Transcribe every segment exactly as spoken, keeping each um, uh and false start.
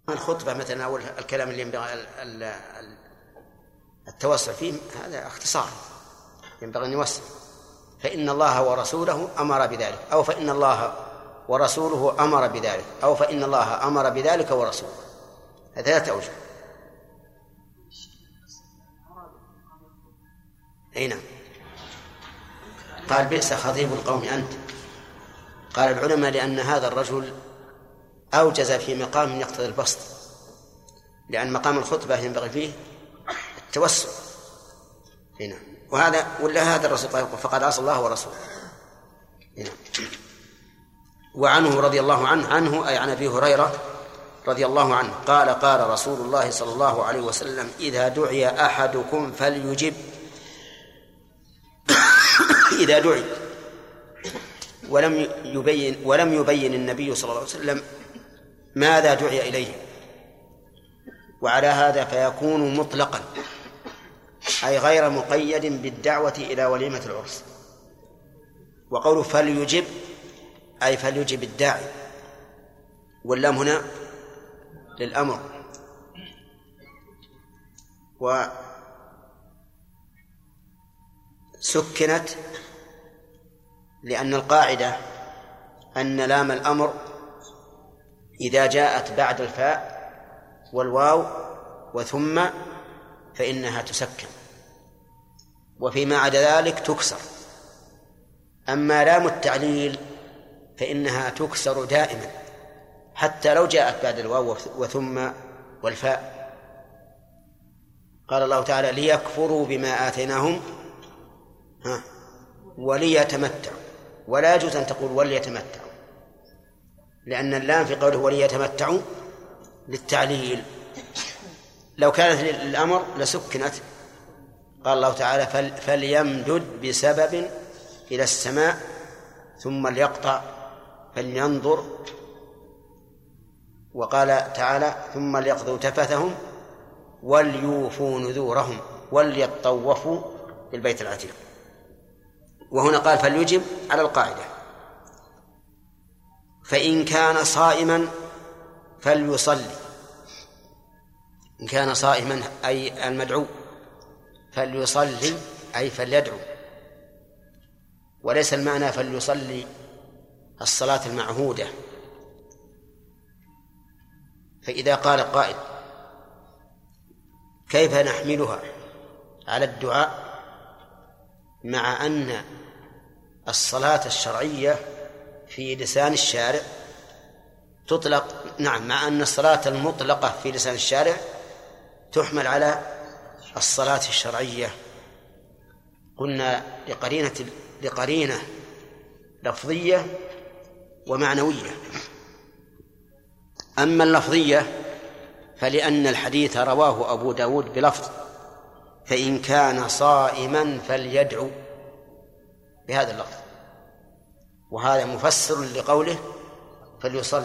الخطبة مثلا أو الكلام اللي ينبغي التوسل فيه هذا اختصار، ينبغي أن يوسل. فإن الله ورسوله أمر بذلك، أو فإن الله ورسوله أمر بذلك، أو فإن الله أمر بذلك ورسوله. هذا ثلاثة أوجه. أي نعم. قال بئس خطيب القوم أنت. قال العلماء لأن هذا الرجل أوجز في مقام يقتضي البسط، لأن مقام الخطبة ينبغي فيه التوسل. هنا وهذا ولا هذا الرسول فقد عصى الله ورسوله. هنا. وعنه رضي الله عنه عنه أي عن أبي هريرة رضي الله عنه قال قال رسول الله صلى الله عليه وسلم إذا دعي أحدكم فليجب. إذا دعي ولم يبين ولم يبين النبي صلى الله عليه وسلم ماذا دعي إليه، وعلى هذا فيكون مطلقا أي غير مقيد بالدعوة إلى وليمة العرس. وقوله فليجب أي فليجب الداعي، واللام هنا للأمر. وسكنت لأن القاعدة أن لام الأمر إذا جاءت بعد الفاء والواو وثم فإنها تسكن، وفيما عدا ذلك تكسر. أما لام التعليل فإنها تكسر دائما حتى لو جاءت بعد الواو وثم والفاء. قال الله تعالى ليكفروا بما آتيناهم ها وليتمتعوا، ولا يجوز أن تقول وليتمتعوا، لأن اللام في قوله وليتمتعوا للتعليل. لو كانت للأمر لسكنت. قال الله تعالى فليمدد بسبب إلى السماء ثم ليقطع فلينظر. وقال تعالى ثم ليقضوا تفثهم وليوفوا نذورهم وليطوفوا بالبيت العتيق. وهنا قال فليجب على القاعدة. فإن كان صائما فليصلي. إن كان صائما أي المدعو فليصلي أي فليدعو، وليس المعنى فليصلي الصلاة المعهودة. فإذا قال قائل كيف نحملها على الدعاء مع أن الصلاة الشرعية في لسان الشارع تطلق؟ نعم، مع أن الصلاة المطلقة في لسان الشارع تحمل على الصلاة الشرعية. قلنا لقرينة لقرينة لفظية ومعنوية. أما اللفظية فلأن الحديث رواه أبو داود بلفظ فإن كان صائما فليدعو بهذا اللفظ، وهذا مفسر لقوله فليصل.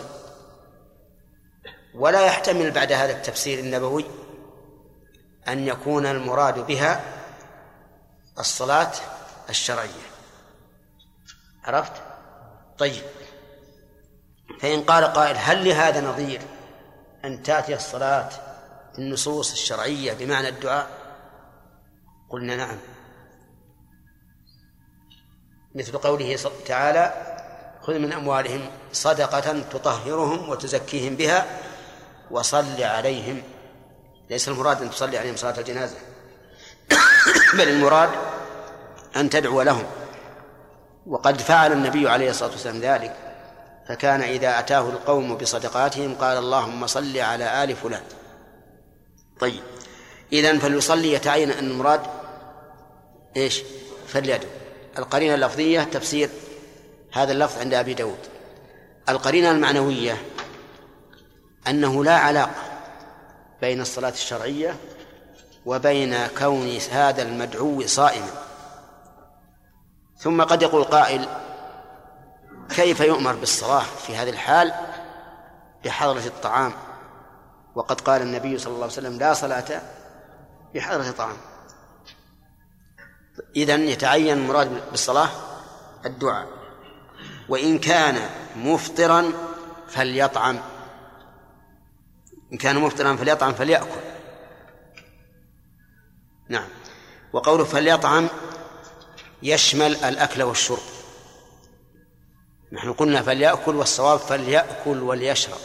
ولا يحتمل بعد هذا التفسير النبوي أن يكون المراد بها الصلاة الشرعية. عرفت؟ طيب، فإن قال قائل هل لهذا نظير أن تأتي الصلاة في النصوص الشرعية بمعنى الدعاء؟ قلنا نعم، مثل قوله تعالى خذ من أموالهم صدقة تطهرهم وتزكيهم بها وصل عليهم. ليس المراد أن تصلي عليهم صلاة الجنازة، بل المراد أن تدعو لهم. وقد فعل النبي عليه الصلاة والسلام ذلك، فكان إذا أتاه القوم بصدقاتهم قال اللهم صل على آل فلان. طيب، إذن فليصلي يتعين أن المراد إيش؟ فليدعو. القرينة اللفظية تفسير هذا اللفظ عند أبي داود. القرينة المعنوية أنه لا علاقة بين الصلاة الشرعية وبين كون هذا المدعو صائما. ثم قد يقول قائل كيف يؤمر بالصلاة في هذه الحال بحضرة الطعام، وقد قال النبي صلى الله عليه وسلم لا صلاة بحضرة الطعام. إذن يتعين المراد بالصلاة الدعاء. وإن كان مفطرا فليطعم، إن كان مفطرا فليطعم فليأكل. نعم. وقوله فليطعم يشمل الأكل والشرب. نحن قلنا فليأكل، والصواب فليأكل وليشرب،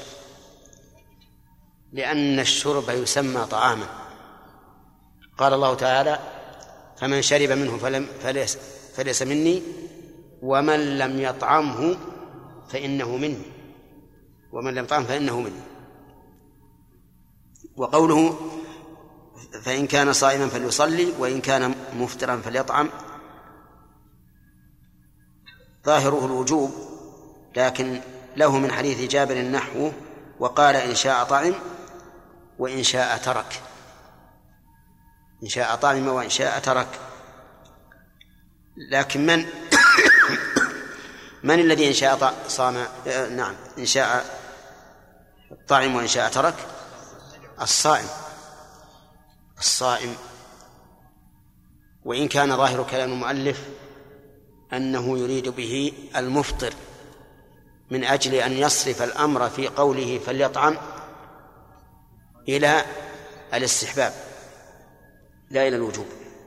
لأن الشرب يسمى طعاما. قال الله تعالى فمن شرب منه فلم فليس, فليس مني ومن لم يطعمه فإنه مني ومن لم يطعمه فإنه مني. وقوله فإن كان صائما فليصلي وإن كان مفطرا فليطعم ظاهره الوجوب، لكن له من حديث جابر نحوه، وقال إن شاء طعم وإن شاء ترك. إن شاء طعم وإن شاء ترك. لكن من من الذي إن شاء صام؟ نعم، إن شاء طعم وإن شاء ترك الصائم. الصائم. وإن كان ظاهر كلام المؤلف أنه يريد به المفطر من أجل أن يصرف الأمر في قوله فليطعم إلى الاستحباب لا إلى الوجوب.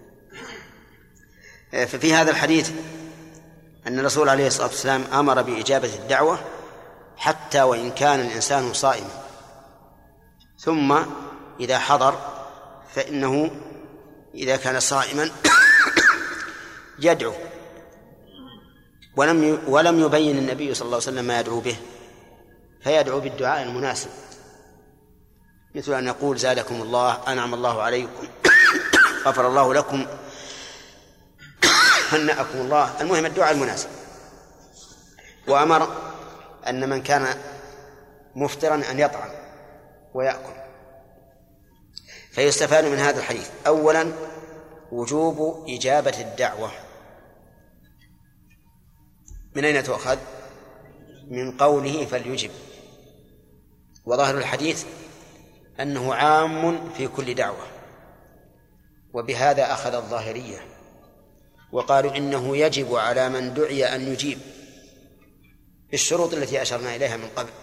ففي هذا الحديث أن الرسول عليه الصلاة والسلام أمر بإجابة الدعوة حتى وإن كان الإنسان صائما، ثم إذا حضر فإنه إذا كان صائما يدعو، ولم ولم يبين النبي صلى الله عليه وسلم ما يدعو به، فيدعو بالدعاء المناسب، مثل أن يقول زادكم الله، أنعم الله عليكم، غفر الله لكم، هنأكم الله. المهم الدعاء المناسب. وأمر أن من كان مفطرا أن يطعم ويأكل. فيستفاد من هذا الحديث أولا وجوب إجابة الدعوة. من أين تؤخذ؟ من قوله فليجب. وظاهر الحديث أنه عام في كل دعوة، وبهذا أخذ الظاهرية وقالوا إنه يجب على من دعي أن يجيب بالشروط التي أشرنا إليها من قبل.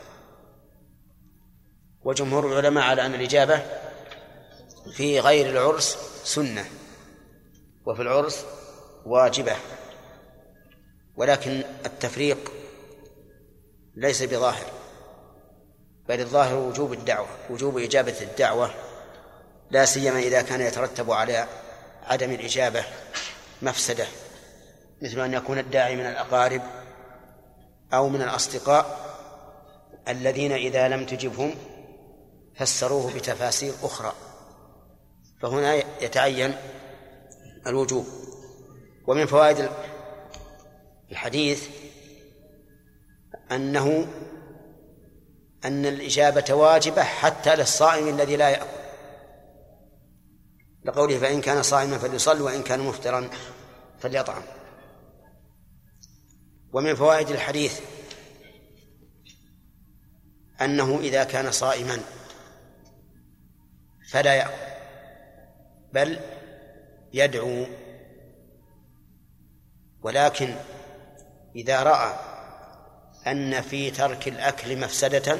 وجمهور العلماء على أن الإجابة في غير العرس سنة وفي العرس واجبة، ولكن التفريق ليس بظاهر، بل الظاهر وجوب الدعوة، وجوب إجابة الدعوة، لا سيما إذا كان يترتب على عدم الإجابة مفسدة، مثل أن يكون الداعي من الأقارب أو من الأصدقاء الذين إذا لم تجبهم فسروه بتفاسير أخرى، فهنا يتعين الوجوب. ومن فوائد الحديث أنه أن الإجابة واجبة حتى للصائم الذي لا يأكل، لقوله فإن كان صائما فليصل وإن كان مفطرا فليطعم. ومن فوائد الحديث أنه إذا كان صائما فلا يأكل بل يدعو، ولكن إذا رأى أن في ترك الأكل مفسدة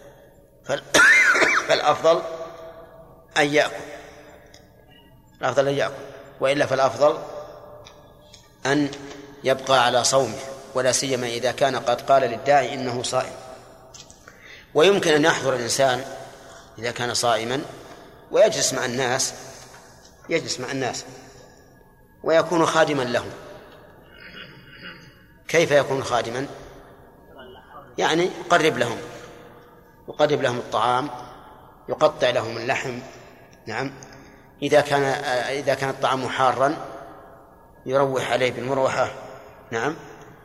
فالأفضل أن يأكل، الأفضل أن يأكل، وإلا فالأفضل أن يبقى على صومه، ولا سيما إذا كان قد قال للداعي إنه صائم. ويمكن أن يحضر الإنسان إذا كان صائما ويجلس مع الناس يجلس مع الناس ويكون خادما لهم. كيف يكون خادما؟ يعني يقرب لهم يقرب لهم الطعام، يقطع لهم اللحم. نعم، إذا كان إذا كان الطعام حارا يروح عليه بالمروحة. نعم،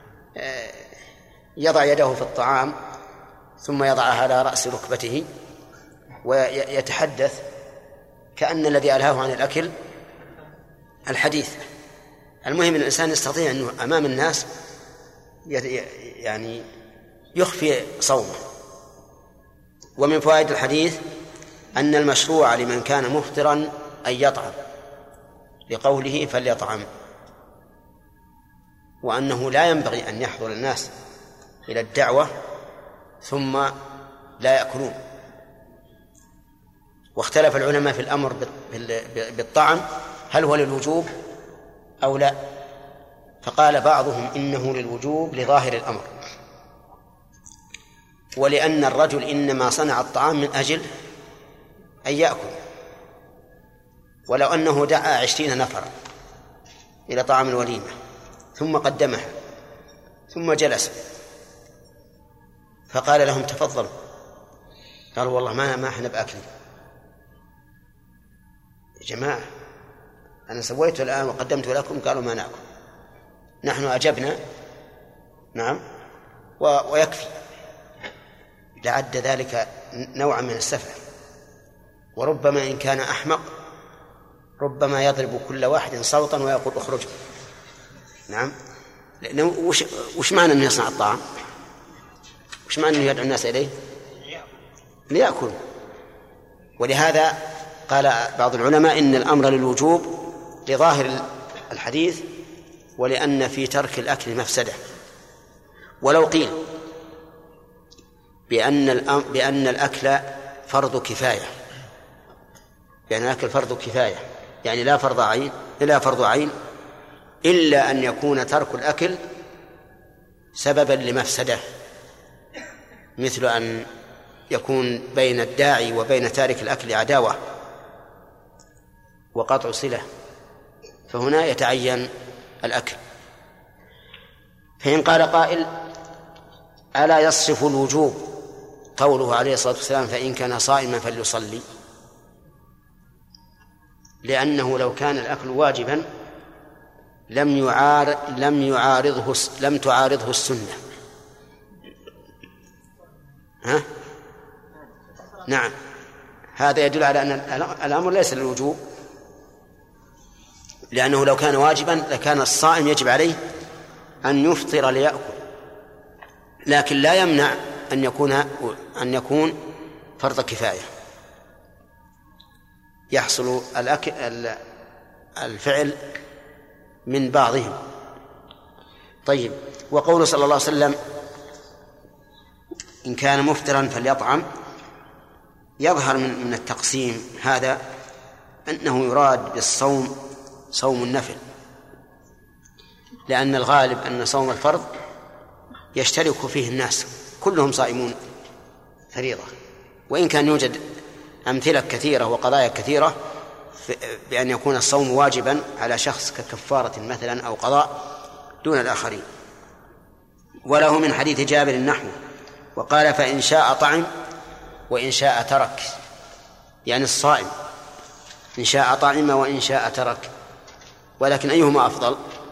يضع يده في الطعام ثم يضعها على رأس ركبته ويتحدث كأن الذي ألهاه عن الأكل الحديث. المهم أن الإنسان يستطيع أنه أمام الناس يعني يخفي صومه. ومن فوائد الحديث أن المشروع لمن كان مفطرا أن يطعم لقوله فليطعم، وأنه لا ينبغي أن يحضر الناس إلى الدعوة ثم لا يأكلون، واختلف العلماء في الأمر بالطعام هل هو للوجوب أو لا، فقال بعضهم إنه للوجوب لظاهر الأمر، ولأن الرجل إنما صنع الطعام من أجل أن يأكل، ولو أنه دعا عشرين نفرا إلى طعام الوليمة ثم قدمها ثم جلس فقال لهم تفضلوا، قالوا والله ما ما احنا بأكل. يا جماعة أنا سويت الآن وقدمت لكم، قالوا ما نأكل، نحن أجبنا نعم ويكفي. لعد ذلك نوعا من السفه، وربما إن كان أحمق ربما يضرب كل واحد صوتا ويقول اخرجوا. نعم، لأنه وش, وش معنى أنه يصنع الطعام؟ وش معنى أنه يدعو الناس إليه؟ ليأكل. ولهذا قال بعض العلماء إن الأمر للوجوب لظاهر الحديث، ولأن في ترك الأكل مفسدة. ولو قيل بأن بأن الأكل فرض كفاية، بأن الأكل فرض كفاية يعني لا فرض عين لا فرض عين إلا أن يكون ترك الأكل سببا لمفسدة، مثل أن يكون بين الداعي وبين تارك الأكل عداوة وقطع صلة، فهنا يتعين الأكل. فإن قال قائل ألا يصف الوجوب قوله عليه الصلاة والسلام فإن كان صائما فليصلي؟ لأنه لو كان الأكل واجبا لم يعارض لم يعارضه لم تعارضه السنة. ها؟ نعم، هذا يدل على أن الأمر ليس للوجوب، لأنه لو كان واجبا لكان الصائم يجب عليه أن يفطر ليأكل، لكن لا يمنع أن يكون أن يكون فرض كفاية يحصل الأكل الفعل من بعضهم. طيب، وقوله صلى الله عليه وسلم إن كان مفطرا فليطعم، يظهر من من التقسيم هذا أنه يراد بالصوم صوم النفل، لأن الغالب أن صوم الفرض يشترك فيه الناس كلهم صائمون فريضة، وإن كان يوجد أمثلة كثيرة وقضايا كثيرة بأن يكون الصوم واجبا على شخص ككفارة مثلا أو قضاء دون الآخرين. وله من حديث جابر النحو، وقال فإن شاء طعم وإن شاء ترك، يعني الصائم إن شاء طعم وإن شاء ترك، ولكن أيهما أفضل؟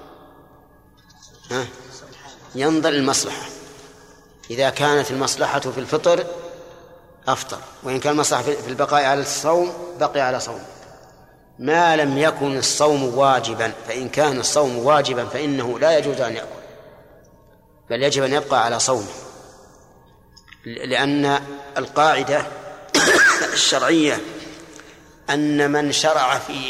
ها؟ ينظر المصلحة، إذا كانت المصلحة في الفطر أفطر، وإن كان المصلحة في البقاء على الصوم بقي على صوم، ما لم يكن الصوم واجبا. فإن كان الصوم واجبا فإنه لا يجوز أن يأكل، بل يجب أن يبقى على صومه، لأن القاعدة الشرعية أن من شرع في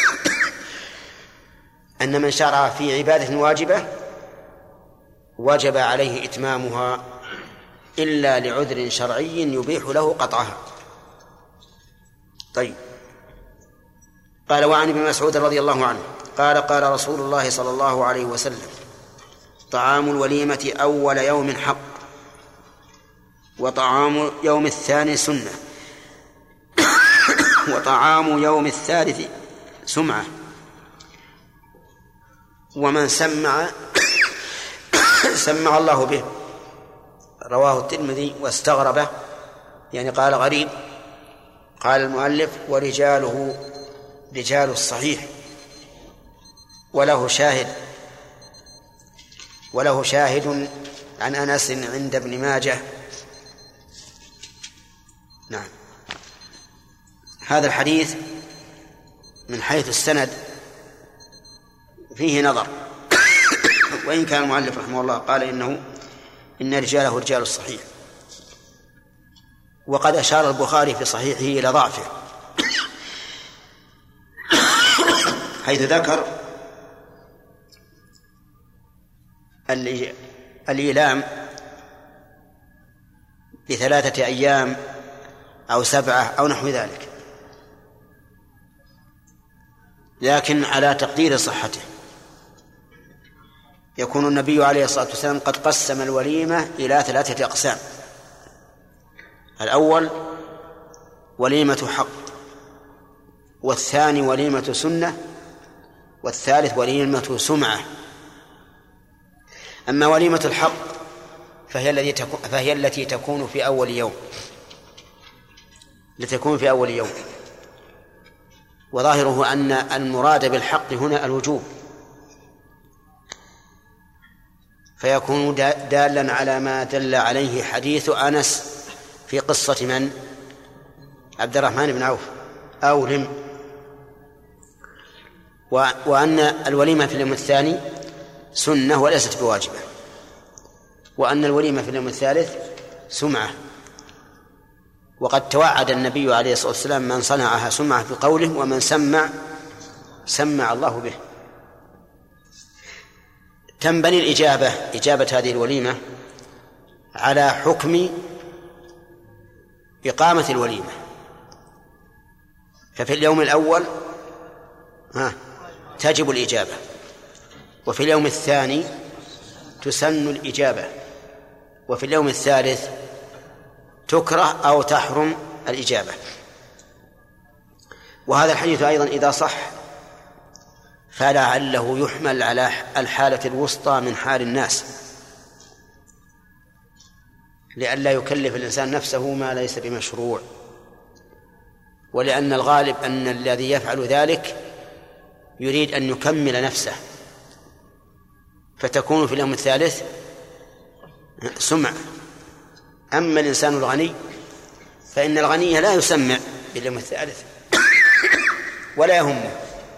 أن من شرع في عبادة واجبة وجب عليه إتمامها إلا لعذر شرعي يبيح له قطعها. طيب، قال وعن ابن مسعود رضي الله عنه قال قال رسول الله صلى الله عليه وسلم طعام الوليمة أول يوم حق، وطعام يوم الثاني سنة، وطعام يوم الثالث سمعة، ومن سمع سمع الله به. رواه الترمذي واستغربه، يعني قال غريب. قال المؤلف ورجاله رجال الصحيح، وله شاهد وله شاهد عن أنس عند ابن ماجه. نعم، هذا الحديث من حيث السند فيه نظر، وإن كان المؤلف رحمه الله قال إنه إن رجاله رجال الصحيح، وقد أشار البخاري في صحيحه إلى ضعفه حيث ذكر الإيلام بثلاثة أيام أو سبعة أو نحو ذلك، لكن على تقدير صحته. يكون النبي عليه الصلاة والسلام قد قسم الوليمة إلى ثلاثة أقسام: الأول وليمة حق، والثاني وليمة سنة، والثالث وليمة سمعة. أما وليمة الحق فهي التي تكون فهي التي تكون في أول يوم لتكون في أول يوم وظاهره أن المراد بالحق هنا الوجوب، فيكون دالا على ما دل عليه حديث أنس في قصة من؟ عبد الرحمن بن عوف أولم، وأن الوليمة في اليوم الثاني سنة وليست بواجبة، وأن الوليمة في اليوم الثالث سمعة. وقد توعد النبي عليه الصلاة والسلام من صنعها سمعة بقوله: ومن سمع سمع الله به. تنبني الإجابة إجابة هذه الوليمة على حكم إقامة الوليمة. ففي اليوم الأول ها تجب الإجابة، وفي اليوم الثاني تسن الإجابة، وفي اليوم الثالث تكره أو تحرم الإجابة. وهذا الحديث أيضا إذا صح فلعله يحمل على الحالة الوسطى من حال الناس، لئلا يكلف الإنسان نفسه ما ليس بمشروع، ولأن الغالب أن الذي يفعل ذلك يريد أن يكمل نفسه، فتكون في اليوم الثالث سمع. أما الإنسان الغني فإن الغني لا يسمع باليوم الثالث ولا يهمه،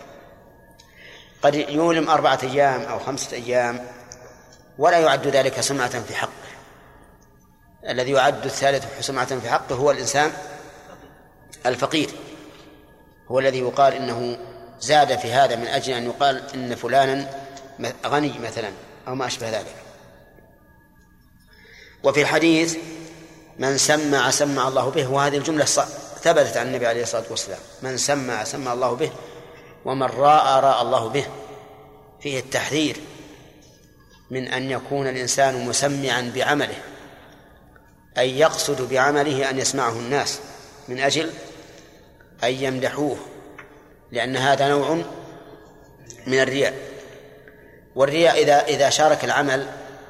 قد يولم أربعة أيام أو خمسة أيام ولا يعد ذلك سمعة في حقه. الذي يعد الثالث سمعة في حقه هو الإنسان الفقير، هو الذي يقال إنه زاد في هذا من أجل أن يقال إن فلانا غني مثلا أو ما أشبه ذلك. وفي الحديث: من سمع سمع الله به، وهذه الجملة ثبتت عن النبي عليه الصلاة والسلام: من سمع سمع الله به، ومن راى راى الله به. فيه التحذير من أن يكون الإنسان مسمعا بعمله، أي يقصد بعمله أن يسمعه الناس من أجل أن يمدحوه، لأن هذا نوع من الرياء. والرياء إذا إذا شارك العمل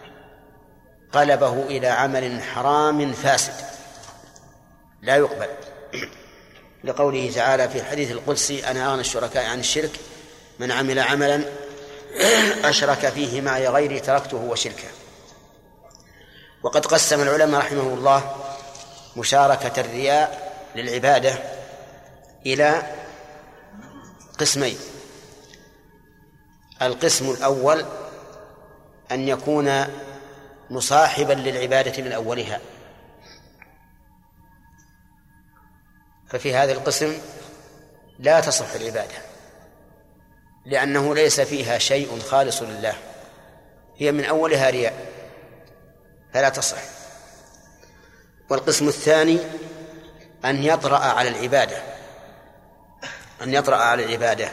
قلبه إلى عمل حرام فاسد لا يقبل، لقوله تعالى في الحديث القدسي: أنا أغنى الشركاء عن الشرك، من عمل عملا أشرك فيه معي غيري تركته وشركه. وقد قسم العلماء رحمه الله مشاركة الرياء للعبادة إلى قسمين: القسم الأول أن يكون مصاحبا للعبادة من أولها، ففي هذا القسم لا تصح العبادة، لأنه ليس فيها شيء خالص لله، هي من أولها رياء فلا تصح. والقسم الثاني أن يطرأ على العبادة أن يطرأ على العبادة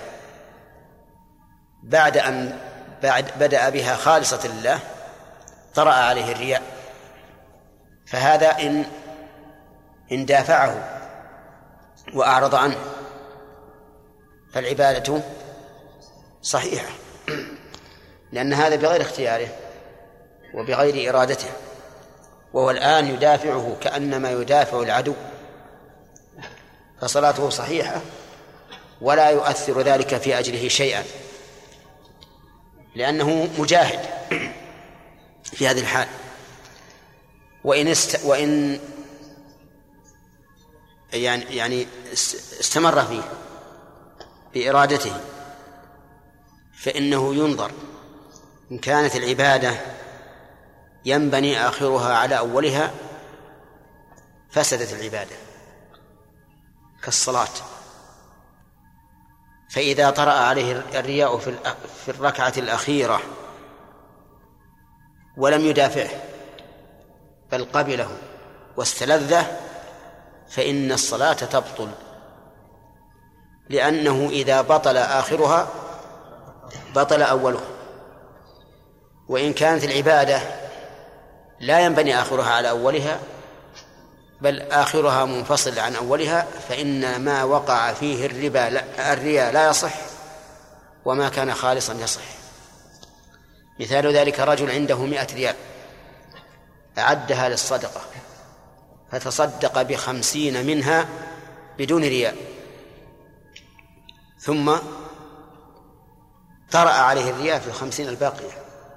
بعد أن بعد بدأ بها خالصة لله طرأ عليه الرياء، فهذا إن إن دافعه وأعرض عنه فالعبادة صحيحة، لأن هذا بغير اختياره وبغير إرادته، وهو الآن يدافعه كأنما يدافع العدو، فصلاته صحيحة ولا يؤثر ذلك في أجله شيئا، لأنه مجاهد في هذه الحال. وإن است وإن يعني يعني استمر فيه بإرادته فإنه ينظر إن كانت العبادة ينبني آخرها على أولها فسدت العبادة كالصلاة. فإذا طرأ عليه الرياء في الركعة الأخيرة ولم يدافعه بل قبله واستلذه فإن الصلاة تبطل. لأنه إذا بطل آخرها بطل أولها، وإن كانت العبادة لا ينبني آخرها على أولها بل آخرها منفصل عن أولها فإن ما وقع فيه الربا الرياء لا يصح، وما كان خالصا يصح. مثال ذلك رجل عنده مئة ريال أعدها للصدقة فتصدق بخمسين منها بدون رياء، ثم طرأ عليه الرياء في الخمسين الباقية،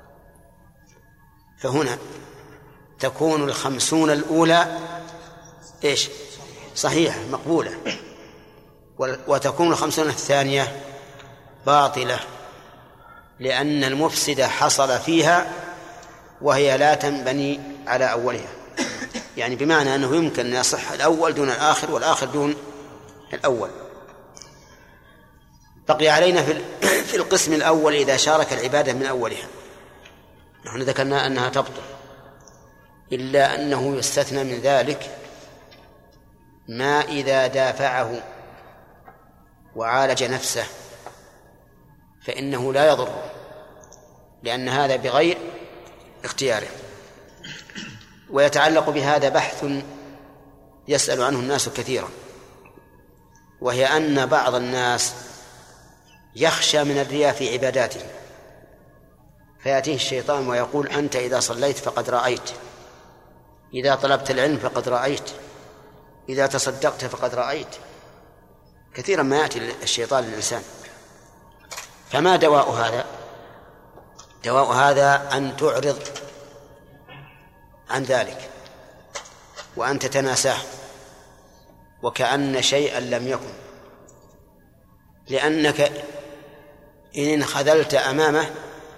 فهنا تكون الخمسون الأولى إيش؟ صحيحة مقبولة، وتكون الخمسون الثانية باطلة، لأن المفسد حصل فيها وهي لا تنبني على أولها، يعني بمعنى أنه يمكن أن يصح الأول دون الآخر والآخر دون الأول. بقي علينا في القسم الأول إذا شارك العبادة من أولها، نحن ذكرنا أنها تبطل، إلا أنه يستثنى من ذلك ما إذا دافعه وعالج نفسه فإنه لا يضر، لأن هذا بغير اختياره. ويتعلق بهذا بحث يسأل عنه الناس كثيرا، وهي أن بعض الناس يخشى من الرياء في عباداته، فيأتيه الشيطان ويقول أنت إذا صليت فقد رأيت، إذا طلبت العلم فقد رأيت، إذا تصدقت فقد رأيت. كثيرا ما يأتي الشيطان للإنسان. فما دواء هذا؟ دواء هذا أن تعرض عن ذلك وأن تتناساه وكأن شيئا لم يكن، لأنك إن انخذلت أمامه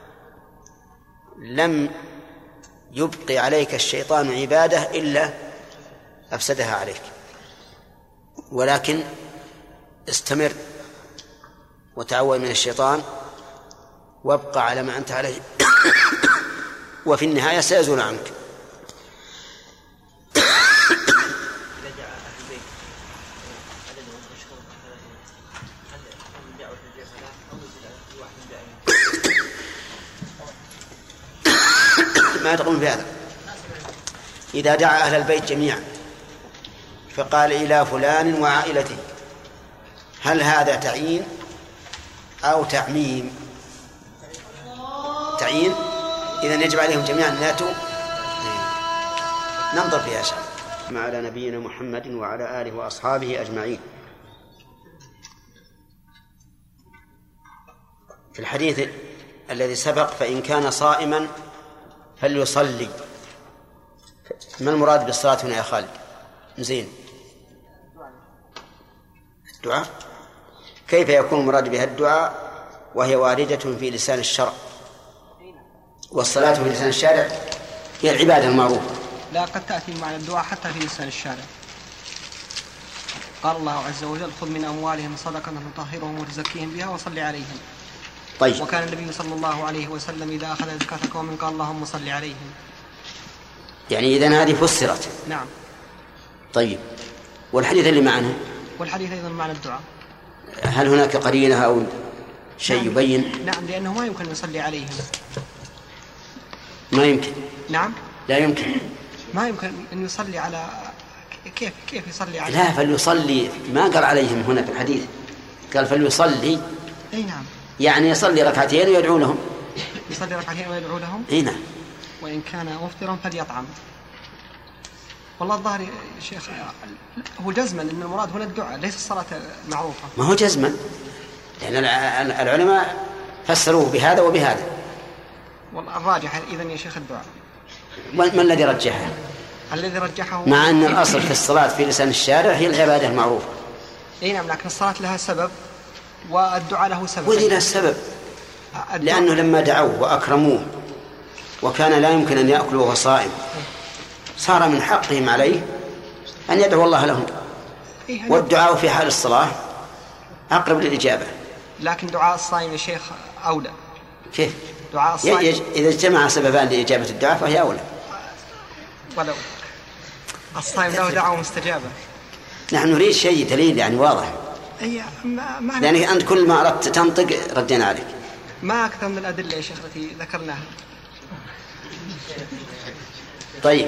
لم يبقي عليك الشيطان عبادة إلا أفسدها عليك. ولكن استمر وتعوذ من الشيطان وابقى على ما أنت عليه وفي النهاية سيزول عنك. ما تقوم بهذا إذا دعا أهل البيت جميعا فقال إلى فلان وعائلته، هل هذا تعيين أو تعميم؟ تعيين، إذن يجب عليهم جميعا أن يأتوا. ننظر فيها شيء. على نبينا محمد وعلى آله وأصحابه أجمعين. في الحديث الذي سبق فإن كان صائما فليصلي. ما المراد بالصلاة هنا يا خالد؟ زين، الدعاء. كيف يكون المراد بها الدعاء وهي واردة في لسان الشرع؟ والصلاة في لسان الشارع هي العبادة المعروفة. لا، قد تأتي معنى الدعاء حتى في لسان الشارع. قال الله عز وجل خذ من أموالهم صدقة تطهرهم وتزكيهم بها وصل عليهم. طيب. وكان النبي صلى الله عليه وسلم إذا أخذ زكاة قوم قال اللهم صل عليهم. يعني إذن هذه فسرت. نعم. طيب، والحديث اللي معنا؟ والحديث أيضا معنى الدعاء. هل هناك قرينة أو شيء نعم. يبين؟ نعم، لأنه ما يمكن أن يصلي عليهم. ما يمكن. نعم. لا يمكن. ما يمكن أن يصلي على كيف كيف يصلي عليهم؟ لا، فليصلي ما قال عليهم هنا في الحديث، قال فليصلي. أي نعم. يعني يصلي ركعتين ويدعو لهم. يصلي ركعتين ويدعو لهم. اي نعم. وإن كان مفطرا فليطعم. والله الظاهر يا شيخ هو جزما ان المراد هنا الدعاء ليس الصلاة معروفة. ما هو جزما، لأن العلماء فسروه بهذا وبهذا. والله الراجح إذن يا شيخ الدعاء. ما الذي رجحه؟ الذي رجحه مع أن الأصل في الصلاة في لسان الشارع هي العبادة المعروفة. اي نعم، لكن الصلاة لها سبب والدعاء له سبب. وذي له السبب، لأنه لما دعوه وأكرموه وكان لا يمكن أن يأكل وهو صائم صار من حقهم عليه أن يدعو الله لهم. والدعاء في حال الصلاة أقرب للإجابة. لكن دعاء الصائم يا شيخ أولى. كيف؟ دعاء الصائم إذا اجتمع سببان لإجابة الدعاء فهي أولى. ولو الصائم له دعوة مستجابة. نحن نريد شيء دليل يعني واضح. هي ما ما يعني أنت كل ما أردت تنطق ردينا عليك. ما أكثر من الأدلة يا شيخ التي ذكرناها. طيب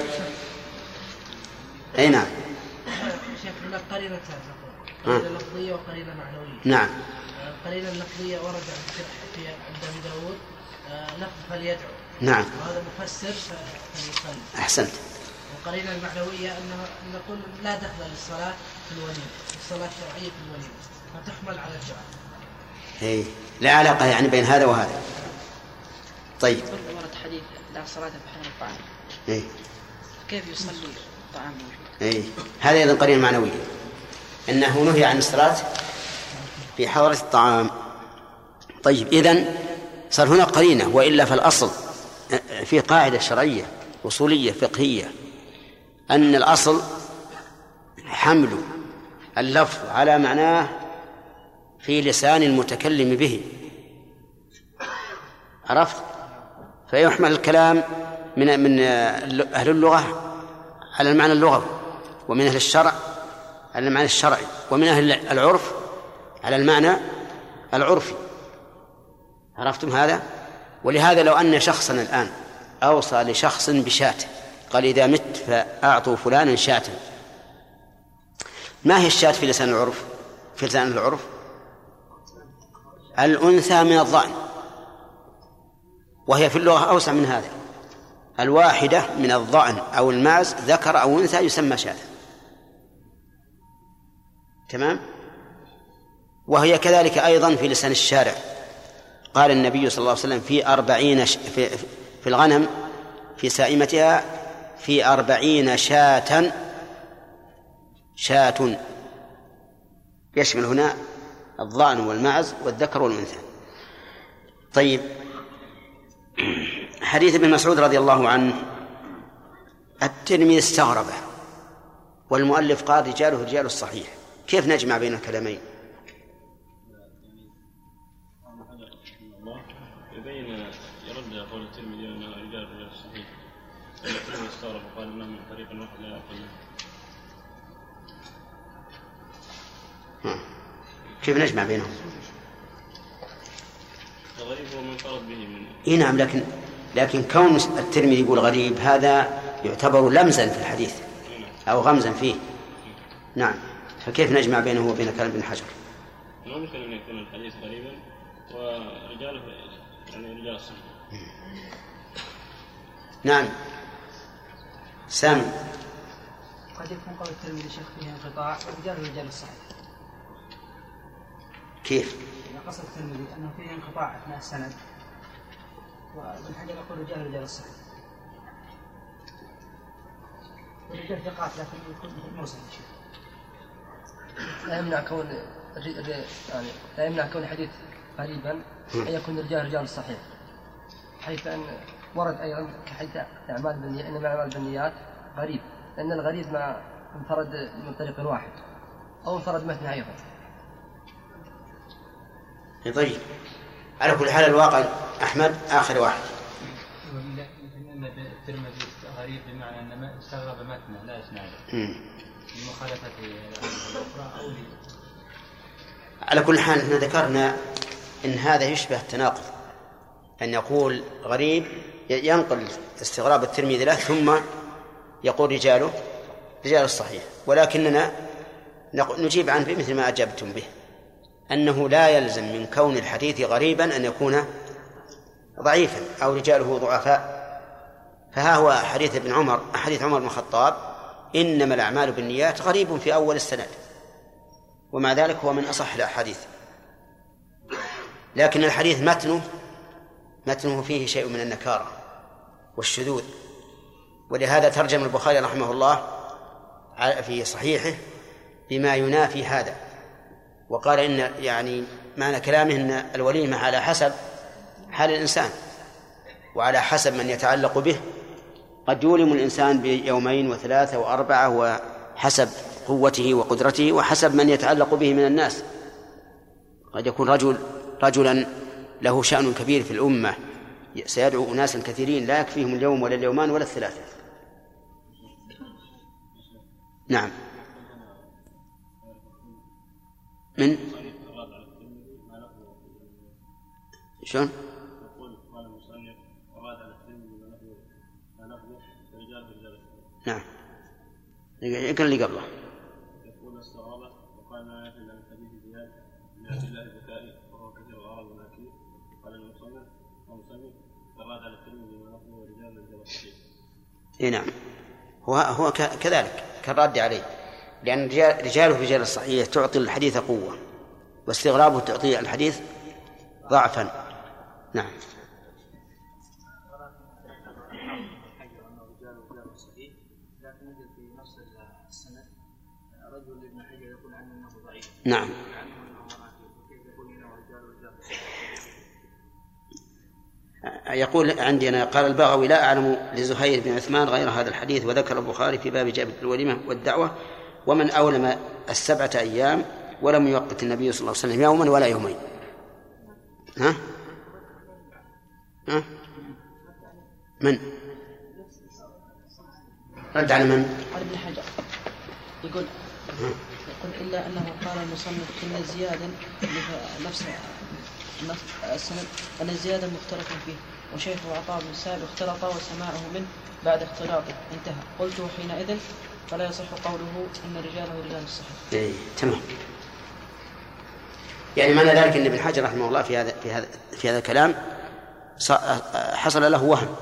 أي نعم. شيخ هناك قرينة ثالثة، قرينة لفظية وقرينة معنوية. نعم. القرينة اللفظية ورد في عند أبي داود لفظ فليدعو. نعم. وهذا مفسر فليصلي. أحسنت. والقرينة المعنوية أن نقول لا دخل للصلاة في الوليمة، الصلاة الشرعية في الوليمة، فتحمل على الدعاء. إيه لا علاقة يعني بين هذا وهذا. طيب. ورد حديث لا صلاة في حال الطعام. إيه. كيف يصلي الطعام موجود؟ إيه هذا أيضا قرينة معنوية، إنه نهي عن الصلاة في حضرة الطعام. طيب إذن صار هنا قرينة، وإلا فالأصل في قاعدة شرعية أصولية فقهية أن الأصل حمل اللفظ على معناه في لسان المتكلم به، عرفت؟ فيحمل الكلام من من أهل اللغة على المعنى اللغوي، ومن أهل الشرع على المعنى الشرعي، ومن أهل العرف على المعنى العرفي. عرفتم هذا؟ ولهذا لو أن شخصا الآن أوصى لشخص بشاة، قال إذا مت فأعطوا فلانا شاة، ما هي الشاة في لسان العرف؟ في لسان العرف الأنثى من الضأن، وهي في اللغة أوسع من هذا، الواحدة من الضأن أو المعز ذكر أو أنثى يسمى شاة. تمام؟ وهي كذلك أيضا في لسان الشارع. قال النبي صلى الله عليه وسلم في أربعين ش... في... في الغنم في سائمتها في أربعين شاة، شاة يشمل هنا الضأن والمعز والذكر والأنثى. طيب حديث ابن مسعود رضي الله عنه الترمذي استغربه، والمؤلف قال رجاله رجال الصحيح، كيف نجمع بين الكلامين؟ يبين يرد قول الترمذي أن رجال رجال الصحيح، الترمذي استغرب وقال أنه من طريق واحد لا يقل. كيف نجمع بينهم؟ الغريب هو من فرد به من إيه نعم، لكن لكن كون الترمذي يقول غريب هذا يعتبر لمزا في الحديث أو غمزا فيه. نعم، فكيف نجمع بينه وبين كلام ابن حجر؟ ممكن أن يكون الحديث غريبا ورجاله يعني رجال الصحيح. نعم. سامي. قد يكون قول الترمذي شيخ فيه انقطاع ورجال رجال الصحيح. كيف؟ قصد الترمذي أنه فيه انقطاع أثناء السند، وابن حجر يقول رجال رجال الصحيح، ورجال ثقات لكن يكون موسم. لا يمنع كون يعني لا يمنع كون الحديث غريبا أن يكون رجال رجال الصحيح، حيث أن ورد أيضا كحديث أعمال البنيات إنما أعمال البنيات غريب، لأن الغريب ما انفرد من طريق واحد أو انفرد مثل أيضا. طيب على كل حال الواقع أحمد آخر واحد. إن الترمذي غريب بمعنى أن ما استغرب متنه لا إسناده لمخالفة الأخرى أو لي. على كل حال احنا ذكرنا إن هذا يشبه التناقض، أن يقول غريب ينقل استغراب الترمذي له ثم يقول رجاله رجال الصحيح، ولكننا نجيب عنه بمثل ما أجبتم به، أنه لا يلزم من كون الحديث غريبا أن يكون ضعيفا أو رجاله ضعفاء. فها هو حديث ابن عمر حديث عمر بن الخطاب إنما الأعمال بالنيات غريب في أول السند، ومع ذلك هو من أصح الأحاديث، لكن الحديث متنه متنه فيه شيء من النكارة والشذوذ، ولهذا ترجم البخاري رحمه الله في صحيحه بما ينافي هذا، وقال إن يعني معنى كلامه أن الوليمة على حسب حال الإنسان وعلى حسب من يتعلق به، قد يولم الإنسان بيومين وثلاثة وأربعة وحسب قوته وقدرته وحسب من يتعلق به من الناس. قد يكون رجل رجلا له شأن كبير في الأمة سيدعو أناسا كثيرين لا يكفيهم اليوم ولا اليومان ولا الثلاثة. نعم. من شلون؟ يقول قال المصنف أراد على الترمذي ما نقله رجال رجال. نعم. يقرأ اللي قبله. يقول الصحابة وقال ما يفعل عن حديث زياد بن عبد الله البكائي وهو كثير العرب والأكيد. قال المصنف المصنف أراد على الترمذي ما نقله رجال رجال صحيح. إيه نعم. هو هو كذلك كالرد عليه، لأن رجال رجال رجال الصحيح تعطي الحديث قوة، واستغرابه تعطي الحديث ضعفا. نعم. نعم. يقول عندنا قال البغوي لا أعلم لزهير بن عثمان غير هذا الحديث، وذكر البخاري في باب جابر الوليمة والدعوة ومن أولم السبعة أيام ولم يوقت النبي صلى الله عليه وسلم يوما ولا يومين. ها؟ ها؟ من؟ رد على من؟ على ابن حجر. يقول يقول إلا أنه قال المصنف إن زيادا نفس نفس السند أن زيادا مختلف فيه، وشيخه عطاء بن سعد اختلط وسماعه منه بعد اختلاطه انتهى. قلت حينئذ فلا يصح قوله إن رجاله رجال الصحيح. إيه تمام. يعني معنى ذلك أن ابن حجر رحمه الله في هذا في هذا في هذا الكلام حصل له وهم.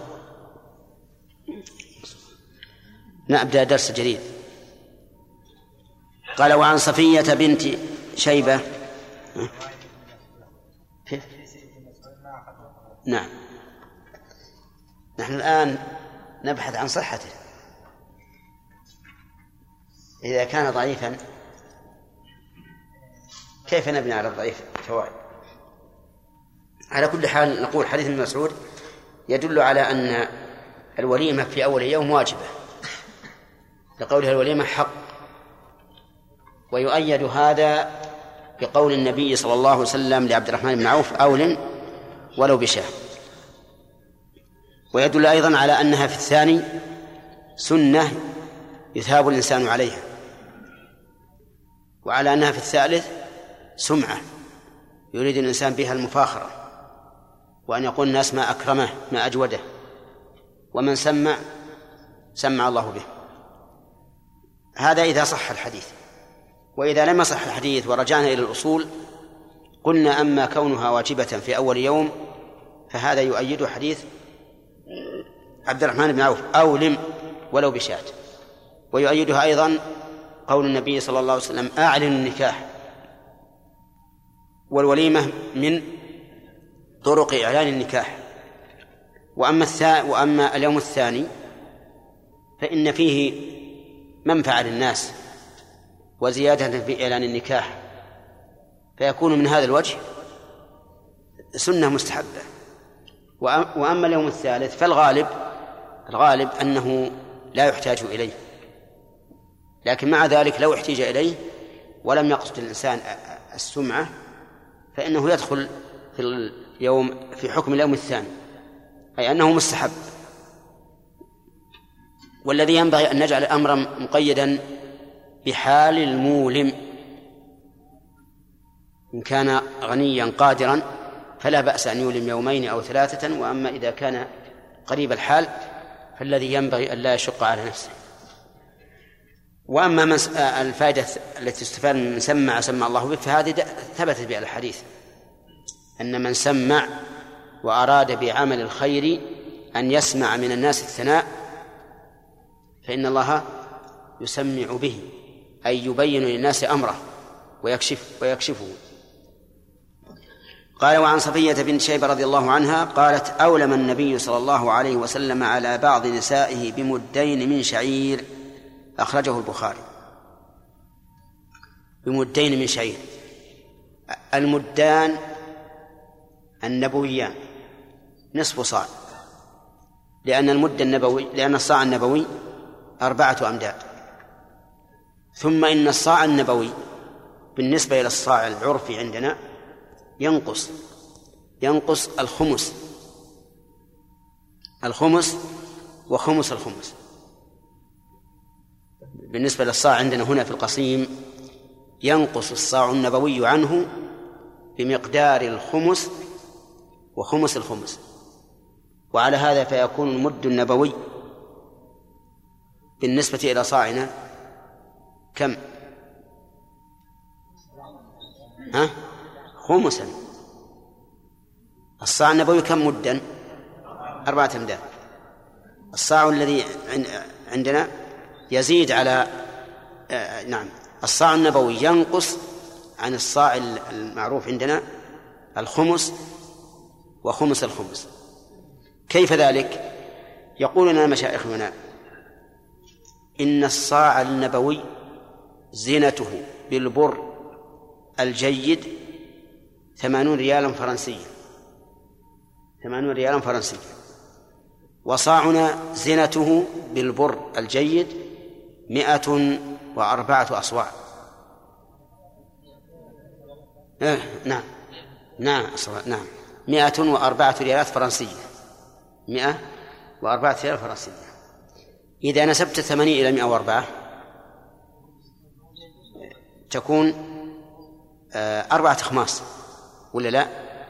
نبدأ درس جديد. قال وعن صفية بنت شيبة. نعم. نحن الآن نبحث عن صحته. إذا كان ضعيفا كيف نبني على الضعيف فوائد؟ على كل حال نقول حديث ابن مسعود يدل على أن الوليمة في أول يوم واجبة لقولها الوليمة حق، ويؤيد هذا بقول النبي صلى الله عليه وسلم لعبد الرحمن بن عوف أول ولو بشاه. ويدل أيضا على أنها في الثاني سنة يثاب الإنسان عليها، وعلى أنها في الثالث سمعة يريد الإنسان بها المفاخرة، وأن يقول الناس ما أكرمه ما أجوده، ومن سمع سمع الله به. هذا إذا صح الحديث. وإذا لم يصح الحديث ورجعنا إلى الأصول قلنا أما كونها واجبة في أول يوم فهذا يؤيد حديث عبد الرحمن بن عوف أولم ولو بشاة، ويؤيدها أيضا قول النبي صلى الله عليه وسلم أعلن النكاح، والوليمة من طرق إعلان النكاح. وأما, الثا... وأما اليوم الثاني فإن فيه منفعة للناس وزيادة في إعلان النكاح، فيكون من هذا الوجه سنة مستحبة. وأما اليوم الثالث فالغالب الغالب أنه لا يحتاج إليه، لكن مع ذلك لو احتاج إليه ولم يقصد الإنسان السمعة فإنه يدخل في اليوم في حكم اليوم الثاني، أي أنه مستحب. والذي ينبغي أن نجعل الأمر مقيدا بحال المولم، إن كان غنيا قادرا فلا بأس أن يولم يومين أو ثلاثة، وأما إذا كان قريب الحال فالذي ينبغي أن لا يشق على نفسه. وأما الفائدة التي تستفاد من سمع سمع الله به فهذه ثبتت بها الحديث أن من سمع وأراد بعمل الخير أن يسمع من الناس الثناء فإن الله يسمع به، أي يبين للناس أمره ويكشف ويكشفه. قال وعن صفية بنت شيبة رضي الله عنها قالت أولم النبي صلى الله عليه وسلم على بعض نسائه بمدين من شعير، أخرجه البخاري. بمدين من شعير، المدان النبويان نصف صاع، لأن المد النبوي لأن الصاع النبوي أربعة أمداد. ثم إن الصاع النبوي بالنسبة إلى الصاع العرفي عندنا ينقص ينقص الخمس الخمس وخمس الخمس. بالنسبة للصاع عندنا هنا في القصيم ينقص الصاع النبوي عنه بمقدار الخمس وخمس الخمس. وعلى هذا فيكون المد النبوي بالنسبة إلى صاعنا كم؟ ها؟ خمسا. الصاع النبوي كم مدا؟ أربعة أمداد. الصاع الذي عندنا يزيد على آه نعم الصاع النبوي ينقص عن الصاع المعروف عندنا الخمس وخمس الخمس. كيف ذلك؟ يقول لنا مشايخنا إن الصاع النبوي زينته بالبر الجيد ثمانون ريالا فرنسيا ثمانون ريالا فرنسيا وصاعنا زينته بالبر الجيد مئة وأربعة أصواع. آه نعم نعم نعم مئة وأربعة ريالات فرنسية مئة وأربعة ريالات فرنسية. إذا نسبت ثمانين إلى مئة وأربعة تكون آه أربعة أخماس ولا لا؟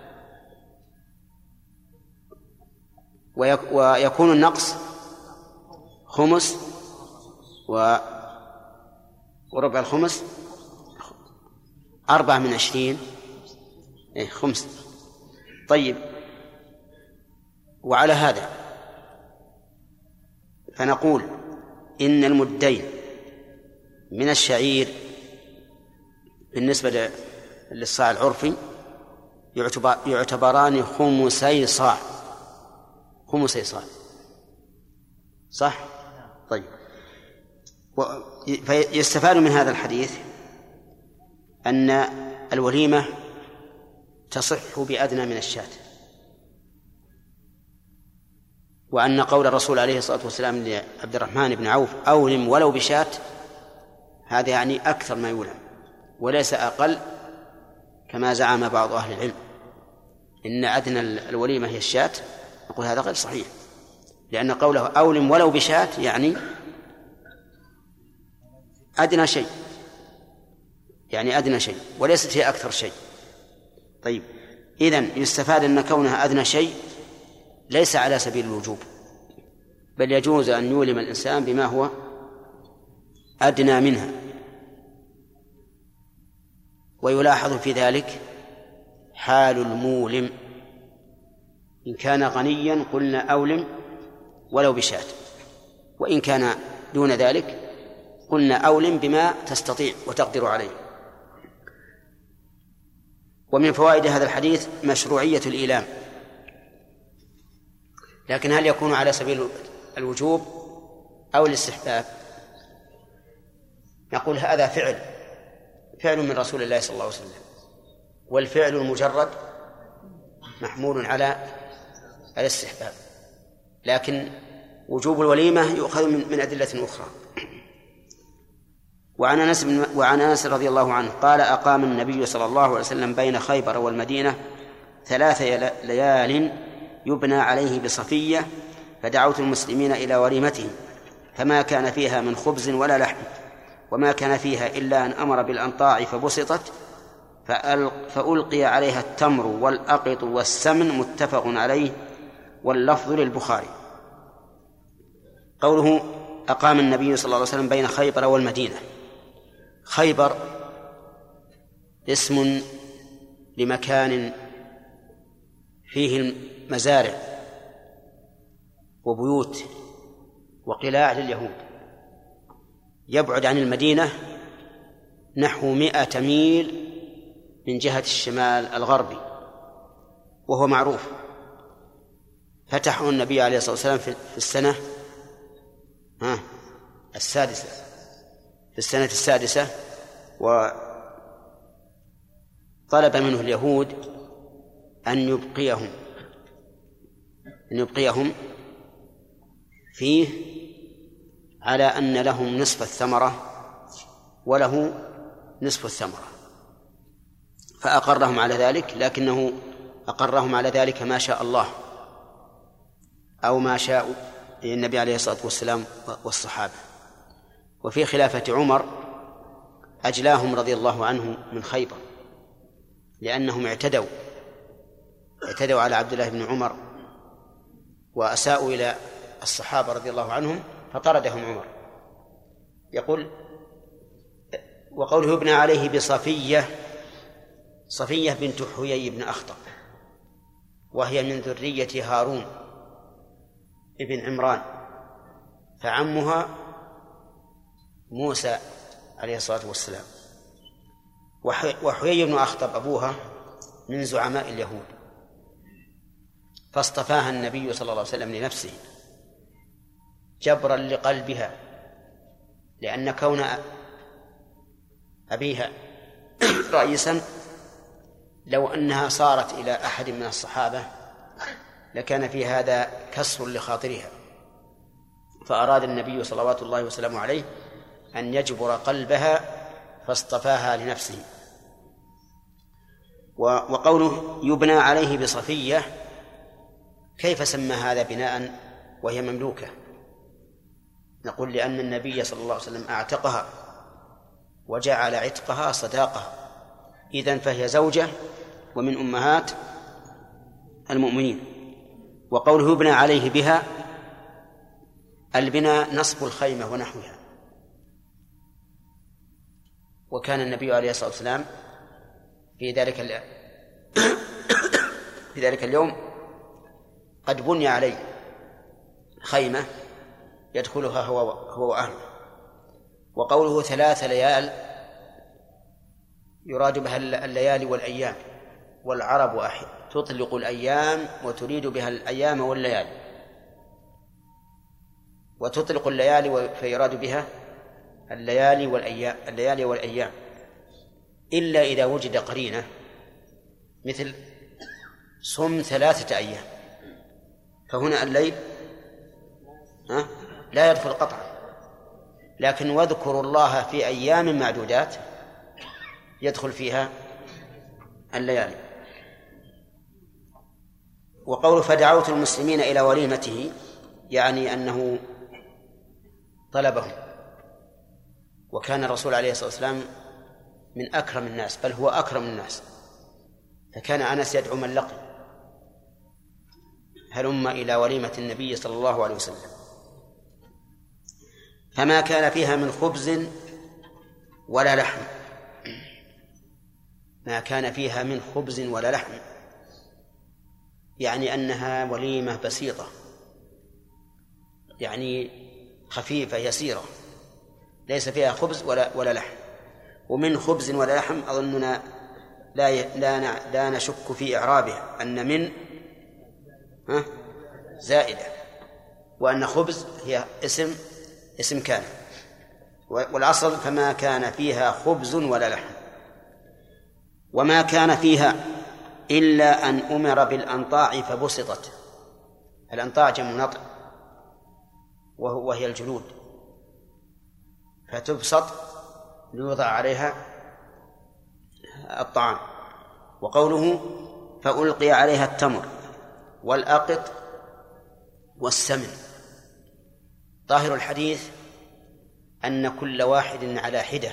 ويكون النقص خمس و وربع الخمس أربعة من عشرين إيه خمس. طيب وعلى هذا فنقول إن المدين من الشعير بالنسبة للصاع العرفي يعتبران خمسي صاع خمسي صاع صح؟ طيب فيستفاد من هذا الحديث أن الوليمة تصح بأدنى من الشاة، وأن قول الرسول عليه الصلاة والسلام لعبد الرحمن بن عوف أولم ولو بشاة هذا يعني أكثر ما يولم وليس أقل كما زعم بعض أهل العلم إن أدنى الوليمة هي الشاة. نقول هذا غير صحيح، لأن قوله أولم ولو بشاة يعني أدنى شيء يعني أدنى شيء وليست هي أكثر شيء. طيب إذن يستفاد أن كونها أدنى شيء ليس على سبيل الوجوب، بل يجوز أن يولم الإنسان بما هو أدنى منها. ويلاحظ في ذلك حال المولم، إن كان غنيا قلنا أولم ولو بشاة، وإن كان دون ذلك قلنا أولم بما تستطيع وتقدر عليه. ومن فوائد هذا الحديث مشروعية الإيلام، لكن هل يكون على سبيل الوجوب أو الاستحباب؟ نقول هذا فعل فعل من رسول الله صلى الله عليه وسلم، والفعل المجرد محمول على الاستحباب، لكن وجوب الوليمة يؤخذ من, من أدلة أخرى. وعن أنس وعن أنس رضي الله عنه قال أقام النبي صلى الله عليه وسلم بين خيبر والمدينة ثلاث ليال يبنى عليه بصفية، فدعوت المسلمين إلى وليمتهم فما كان فيها من خبز ولا لحم، وما كان فيها إلا أن أمر بالأنطاع فبسطت فألقي عليها التمر والأقط والسمن، متفق عليه واللفظ للبخاري. قوله أقام النبي صلى الله عليه وسلم بين خيبر والمدينة، خيبر اسم لمكان فيه المزارع وبيوت وقلاع لليهود، يبعد عن المدينة نحو مئة ميل من جهة الشمال الغربي، وهو معروف. فتحه النبي عليه الصلاة والسلام في السنة ها السادسة في السنة السادسة وطلب منه اليهود أن يبقيهم أن يبقيهم فيه على أن لهم نصف الثمرة وله نصف الثمرة، فأقرهم على ذلك، لكنه أقرهم على ذلك ما شاء الله أو ما شاء النبي عليه الصلاة والسلام والصحابة. وفي خلافة عمر أجلاهم رضي الله عنه من خيبر، لأنهم اعتدوا اعتدوا على عبد الله بن عمر وأساءوا إلى الصحابة رضي الله عنهم فطردهم عمر. يقول وقوله يبنى عليه بصفية، صفية بنت حيي بن أخطب، وهي من ذرية هارون ابن عمران، فعمها موسى عليه الصلاة والسلام، وحيي بن أخطب أبوها من زعماء اليهود، فاصطفاها النبي صلى الله عليه وسلم لنفسه جبرا لقلبها، لأن كون أبيها رئيسا لو أنها صارت إلى أحد من الصحابة لكان في هذا كسر لخاطرها، فأراد النبي صلوات الله وسلامه عليه أن يجبر قلبها فاصطفاها لنفسه. وقوله يبنى عليه بصفية، كيف سمى هذا بناء وهي مملوكة؟ نقول لأن النبي صلى الله عليه وسلم أعتقها وجعل عتقها صداقة، إذن فهي زوجة ومن أمهات المؤمنين. وقوله يبنى عليه بها، البناء نصب الخيمة ونحوها، وكان النبي عليه الصلاة والسلام في ذلك في ذلك اليوم قد بني عليه خيمة يدخلها هو هو وأهله. وقوله ثلاث ليال يراد بها الليالي والأيام، والعرب أحد تطلق الأيام وتريد بها الأيام والليالي، وتطلق الليالي فيراد بها الليالي والأيام الليالي والأيام إلا إذا وجد قرينة، مثل صم ثلاثة أيام، فهنا الليل ها لا يدخل قطعا، لكن واذكروا الله في أيام معدودات يدخل فيها الليالي. وقول فدعوت المسلمين إلى وليمته، يعني أنه طلبهم، وكان الرسول عليه الصلاة والسلام من أكرم الناس، بل هو أكرم الناس، فكان أنس يدعو من لقي هلم إلى وليمة النبي صلى الله عليه وسلم. فما كان فيها من خبز ولا لحم، ما كان فيها من خبز ولا لحم يعني أنها وليمة بسيطة، يعني خفيفة يسيرة، ليس فيها خبز ولا ولا لحم. ومن خبز ولا لحم أظننا لا لا لا نشك في إعرابه أن من ها زائدة، وأن خبز هي اسم اسم كان، والأصل فما كان فيها خبز ولا لحم. وما كان فيها إلا أن أمر بالأنطاع فبسطت. الأنطاع جمع نطع وهي الجلود، فتبسط ليوضع عليها الطعام. وقوله فألقي عليها التمر والأقط والسمن، ظاهر الحديث أن كل واحد على حدة،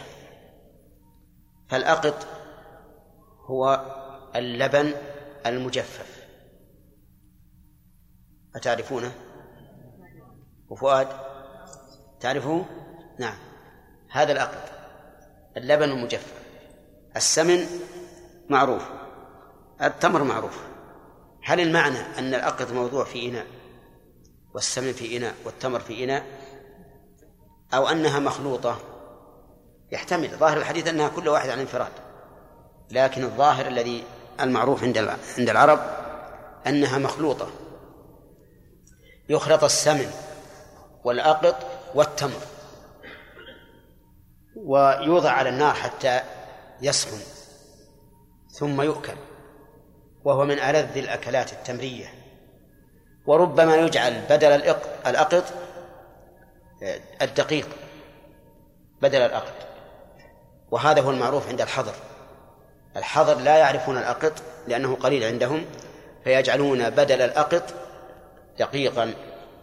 فالأقط هو اللبن المجفف، أتعرفونه؟ وفؤاد تعرفه؟ نعم، هذا الأقط اللبن المجفف. السمن معروف، التمر معروف. هل المعنى أن الأقط موضوع في إناء والسمن في إناء والتمر في إناء، أو أنها مخلوطة؟ يحتمل، ظاهر الحديث أنها كل واحد عن انفراد، لكن الظاهر الذي المعروف عند عند العرب أنها مخلوطة، يخلط السمن والأقط والتمر ويوضع على النار حتى يسخن ثم يؤكل، وهو من ألذ الأكلات التمرية. وربما يجعل بدل الأقط الدقيق بدل الأقط، وهذا هو المعروف عند الحضر. الحضر لا يعرفون الأقط لأنه قليل عندهم، فيجعلون بدل الأقط دقيقا،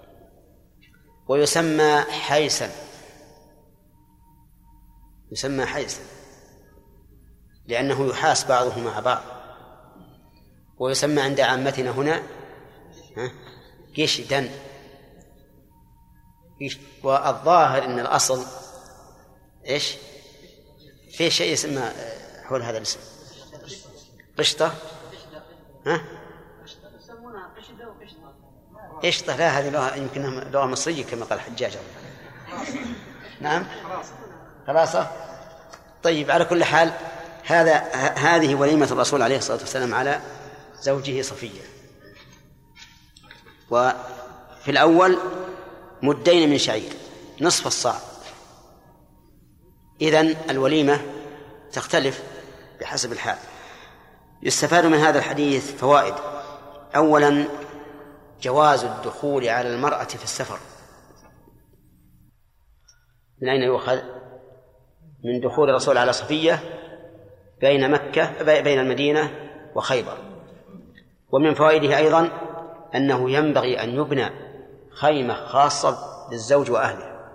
ويسمى حيسا، يسمى حيسا لأنه يحاس بعضه مع بعض. ويسمى عند عامتنا هنا قشدا. والظاهر أن الأصل إيش؟ في شيء يسمى حول هذا الاسم قشطة. ها؟ قشطة لا، هذه لغة يمكنها لغة مصرية كما قال الحجاج. نعم خلاصة. طيب على كل حال هذا هذه وليمة الرسول عليه الصلاة والسلام على زوجه صفية. وفي الأول مدين من شعير نصف الصاع. إذن الوليمة تختلف بحسب الحال. يستفاد من هذا الحديث فوائد. أولا جواز الدخول على المرأة في السفر. من أين يؤخذ؟ من دخول الرسول على صفية بين مكة بين المدينة وخيبر. ومن فوائده أيضا أنه ينبغي أن يبنى خيمة خاصة للزوج وأهله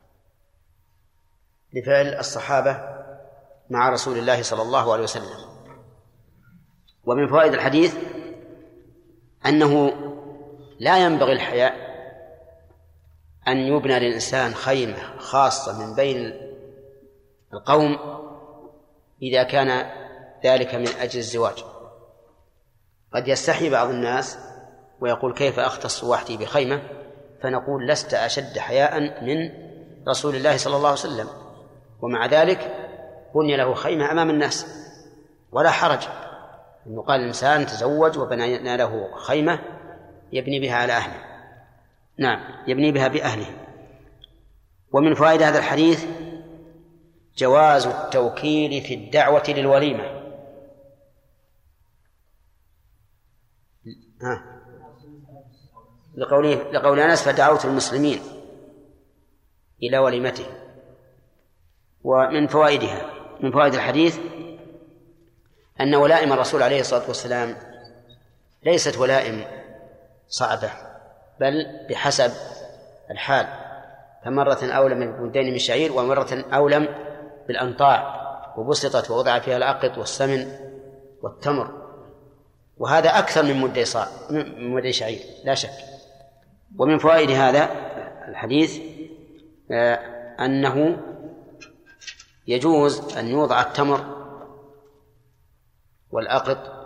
لفعل الصحابة مع رسول الله صلى الله عليه وسلم. ومن فوائد الحديث أنه لا ينبغي الحياء أن يبنى للإنسان خيمة خاصة من بين القوم إذا كان ذلك من أجل الزواج. قد يستحي بعض الناس ويقول كيف أختص وحدي بخيمة، فنقول لست أشد حياء من رسول الله صلى الله عليه وسلم، ومع ذلك بني له خيمة أمام الناس ولا حرج أن يقال الإنسان تزوج وبنينا له خيمة يبني بها على أهله. نعم يبني بها بأهله. ومن فوائد هذا الحديث جواز التوكيل في الدعوة للوليمة. ها لقوله لقول أنس فدعوت المسلمين إلى وليمته. ومن فوائدها من فوائد الحديث أن ولائم الرسول عليه الصلاة والسلام ليست ولائم صعبة، بل بحسب الحال، فمرة أولم بالبندين من شعير ومرة أولم بالأنطاع وبسطت ووضع فيها العقد والسمن والتمر، وهذا أكثر من مدي صاع من مدي شعير لا شك. ومن فوائد هذا الحديث أنه يجوز أن يوضع التمر والعقد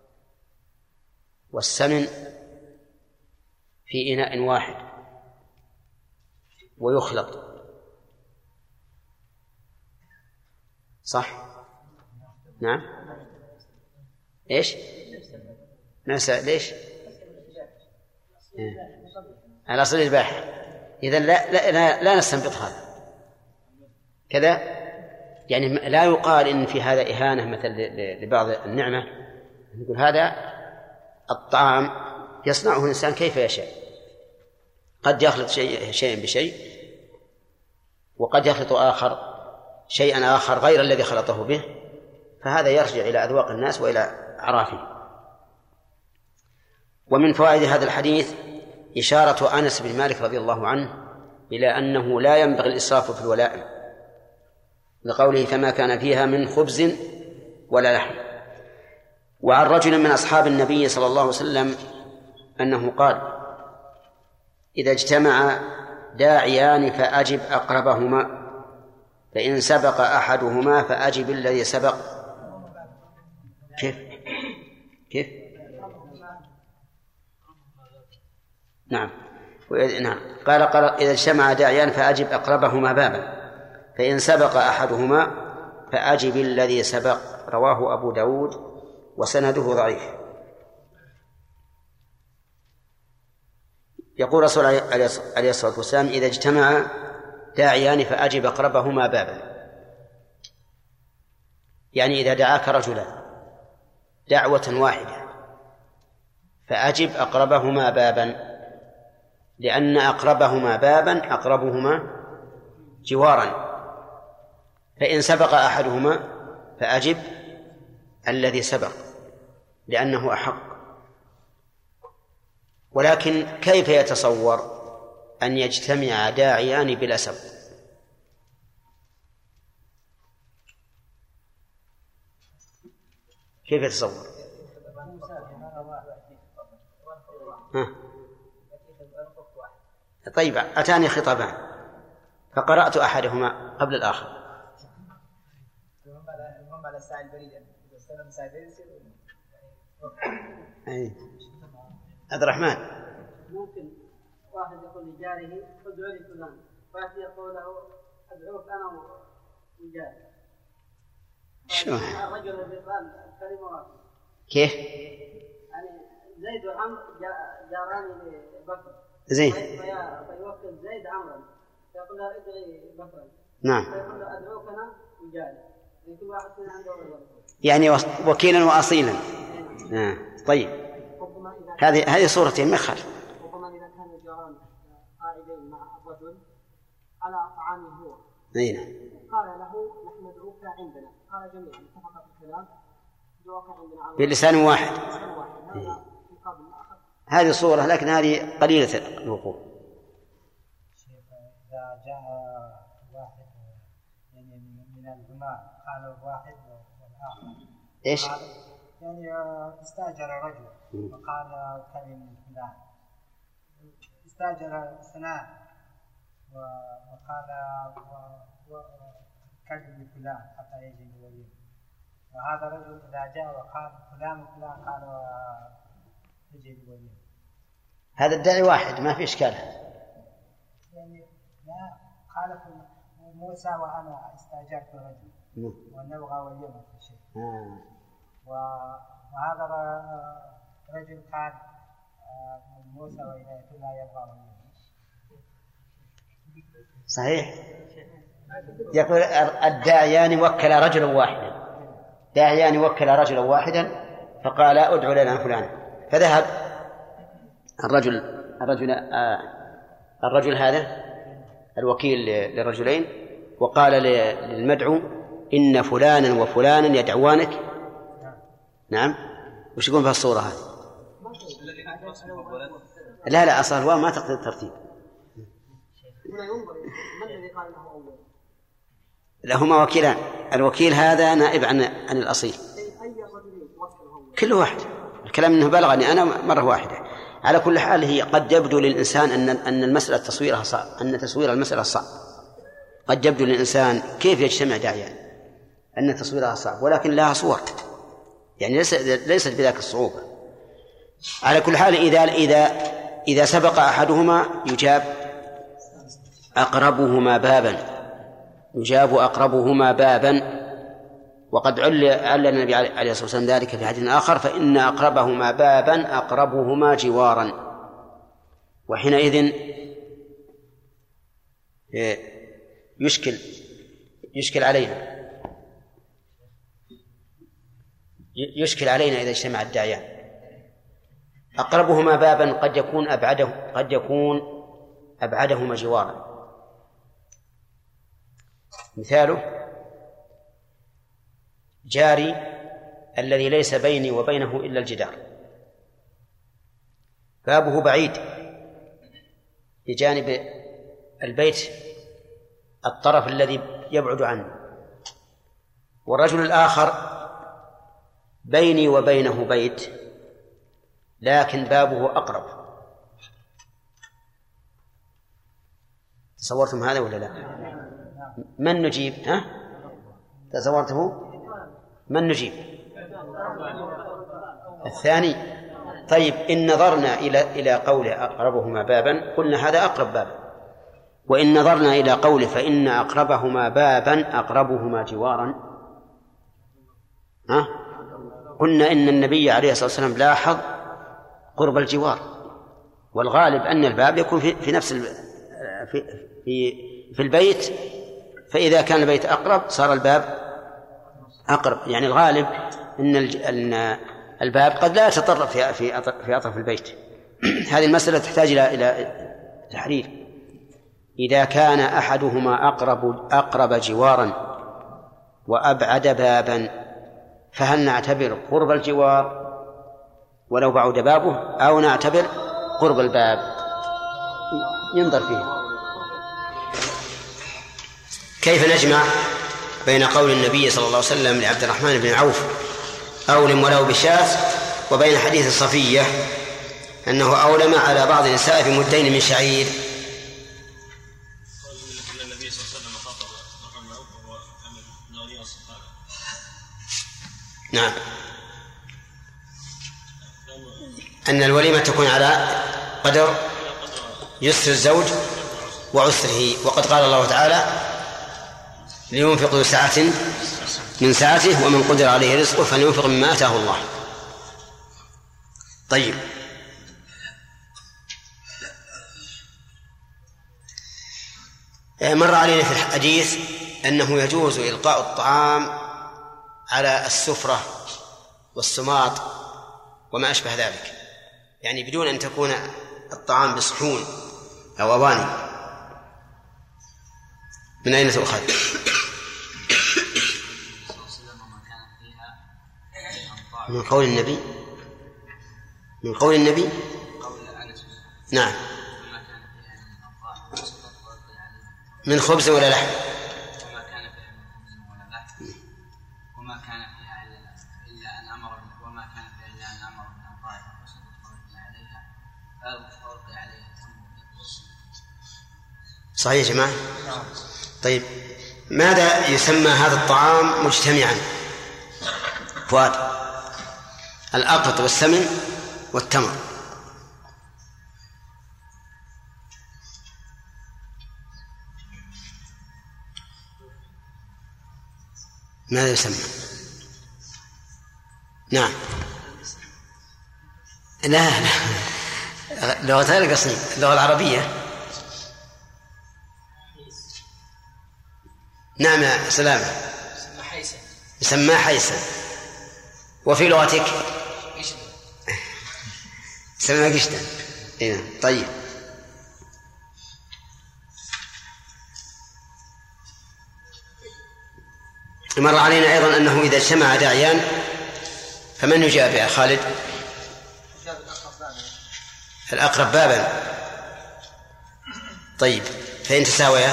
والسمن في إناء واحد ويخلط، صح؟ نعم. إيش؟ نسأل ليش؟ على أصل الإباحة. إذن لا لا لا, لا نستنبط هذا كذا، يعني لا يقال إن في هذا إهانة مثل لبعض النعمة، نقول هذا الطعام يصنعه الإنسان كيف يشاء، قد يخلط شيء شيئا بشيء وقد يخلط آخر شيئا آخر غير الذي خلطه به، فهذا يرجع إلى أذواق الناس وإلى أعرافهم. ومن فوائد هذا الحديث إشارة أنس بن مالك رضي الله عنه إلى أنه لا ينبغي الإسراف في الولائم لقوله فما كان فيها من خبز ولا لحم. وعن رجل من أصحاب النبي صلى الله عليه وسلم أنه قال إذا اجتمع داعيان فأجب أقربهما، فإن سبق أحدهما فأجب الذي سبق. كيف كيف نعم نعم قال قال إذا اجتمع داعيان فأجب أقربهما بابا، فإن سبق أحدهما فأجب الذي سبق. رواه أبو داود وسنده ضعيف. يقول رسول عليه الصلاة والسلام إذا اجتمع داعيان فأجب أقربهما بابا، يعني إذا دعاك رجلان دعوة واحدة فأجب أقربهما بابا، لأن أقربهما بابا أقربهما جوارا. فإن سبق أحدهما فأجب الذي سبق لأنه أحق. ولكن كيف يتصور أن يجتمع داعيان بلا سبق؟ كيف يتصور؟ ها. طيب أتاني خطابان فقرأت أحدهما قبل الآخر. أي عبد الرحمن. ممكن واحد يقول لجاره ادعو لي فلان فيأتي يقول له أدعوك أنا وجاري. شو؟ الرجل الذي قال كلمة كيف؟ يعني زيد وعمر جاران لبكر. زين. فيوكل زيد عمرا فيقول له ادعي بكرا. نعم. فيقول له أدعوك أنا وجاري. كل واحد فينا عنده رجل. يعني وكيلا وأصيلا. نعم. طيب. هذه هذه صورتين ما يخالف. ربما إذا كان الجيران قاعدين مع الرجل على طعامه هو. أي نعم. قال له نحن ندعوك عندنا. قال جميعا اتفق في الكلام ندعوك عندنا. بلسان واحد. بلسان واحد. هذا مقابل الآخر. هذه صورة لكن هذه قليلة الوقوع. إذا جاء واحد يعني من العلماء قال الواحد والآخر. إيش؟ يعني استأجر رجل وقال كلمة فلان استأجر سنة وقال كلمة فلان حتى يجي الولي وهذا الرجل إذا جاء وقال فلان وفلان قال يجي الولي. هذا الداعي واحد ما في إشكال. يعني لا قال موسى وأنا استأجرت رجل ونبغى ولي في شيء. آه. وهذا رجل كان موسى وإليه لا يبغى ولي. صحيح. يقول الداعيان وكل رجلا واحدا. داعيان وكل رجلا واحدا فقال ادعو لنا فلان فذهب الرجل الرجل آه الرجل هذا الوكيل للرجلين وقال للمدعو إن فلانا وفلانا يدعوانك. نعم. وش يقول في الصورة هذه؟ لا لا أصلا هو ما تقدر الترتيب. لهما وكيلان. الوكيل هذا نائب عن عن الأصيل. كل واحد. الكلام إنه بلغني أنا مرة واحدة. على كل حال هي قد يبدو للإنسان أن أن المسألة تصويرها صعب، أن تصوير المسألة صعب. قد يبدو للإنسان كيف يجتمع داعيان أن تصويرها صعب، ولكن لها صور يعني ليس ليست بذاك الصعوبة. على كل حال إذا إذا إذا سبق أحدهما يجاب أقربهما بابا يجاب أقربهما بابا وقد علل النبي عليه الصلاة والسلام ذلك في حديث آخر فإن أقربهما بابا أقربهما جوارا. وحينئذ يشكل يشكل علينا يشكل علينا إذا اجتمع الداعيان. أقربهما بابا قد يكون أبعده قد يكون أبعدهما جوارا. مثاله جاري الذي ليس بيني وبينه إلا الجدار بابه بعيد بجانب البيت الطرف الذي يبعد عنه، والرجل الآخر بيني وبينه بيت لكن بابه أقرب. تصورتم هذا ولا لا؟ من نجيب؟ ها؟ تصورته؟ من نجيب؟ الثاني. طيب إن نظرنا إلى إلى قوله أقربهما بابا قلنا هذا أقرب بابا، وإن نظرنا إلى قوله فإن أقربهما بابا أقربهما جوارا ها؟ قلنا إن النبي عليه الصلاة والسلام لاحظ قرب الجوار، والغالب أن الباب يكون في, في نفس في, في في البيت، فإذا كان البيت أقرب صار الباب أقرب. يعني الغالب أن أن الباب قد لا يتطرف في في في أطراف البيت. هذه المسألة تحتاج إلى إلى تحرير. إذا كان أحدهما أقرب أقرب جوارا وأبعد بابا فهل نعتبر قرب الجوار ولو بعد بابه أو نعتبر قرب الباب؟ ينظر فيه. كيف نجمع بين قول النبي صلى الله عليه وسلم لعبد الرحمن بن عوف أولم ولو بشاة وبين حديث صفية أنه أولم على بعض النساء بمدين من شعير. النبي صلى الله عليه وسلم خطب رقم وهو أمر نغني الصحابة. نعم. أن الوليمة تكون على قدر يسر الزوج وعسره، وقد قال الله تعالى لينفق ذو سعة من سعته ومن قدر عليه رزقه فلينفق مما آتاه الله. طيب، مر علينا في الحديث أنه يجوز إلقاء الطعام على السفرة والسماط وما أشبه ذلك، يعني بدون أن تكون الطعام بصحون أو أواني. من أين تؤخذ؟ من قول النبي من قول النبي نعم. من خبز ولا لحم؟ وما كان فيها من خبز ولا لحم وما كان فيها إلا أن أمر وما كان فيها إلا أن أمر من الطائف فصدق عليها فألقي عليها تمر. صحيح يا جماعة؟ طيب، ماذا يسمى هذا الطعام مجتمعا؟ فؤاد. الأقط والسمن والتمر. ماذا يسمى؟ نعم. لا لا لغة غير القصيم، اللغة العربية. نعم يا سلامة. يسمى حيسا. وفي لغتك يسمى قشتا. طيب، مر علينا أيضا أنه إذا اجتمع داعيان فمن يجاب يا خالد؟ الأقرب بابا. طيب، فإن تساويا؟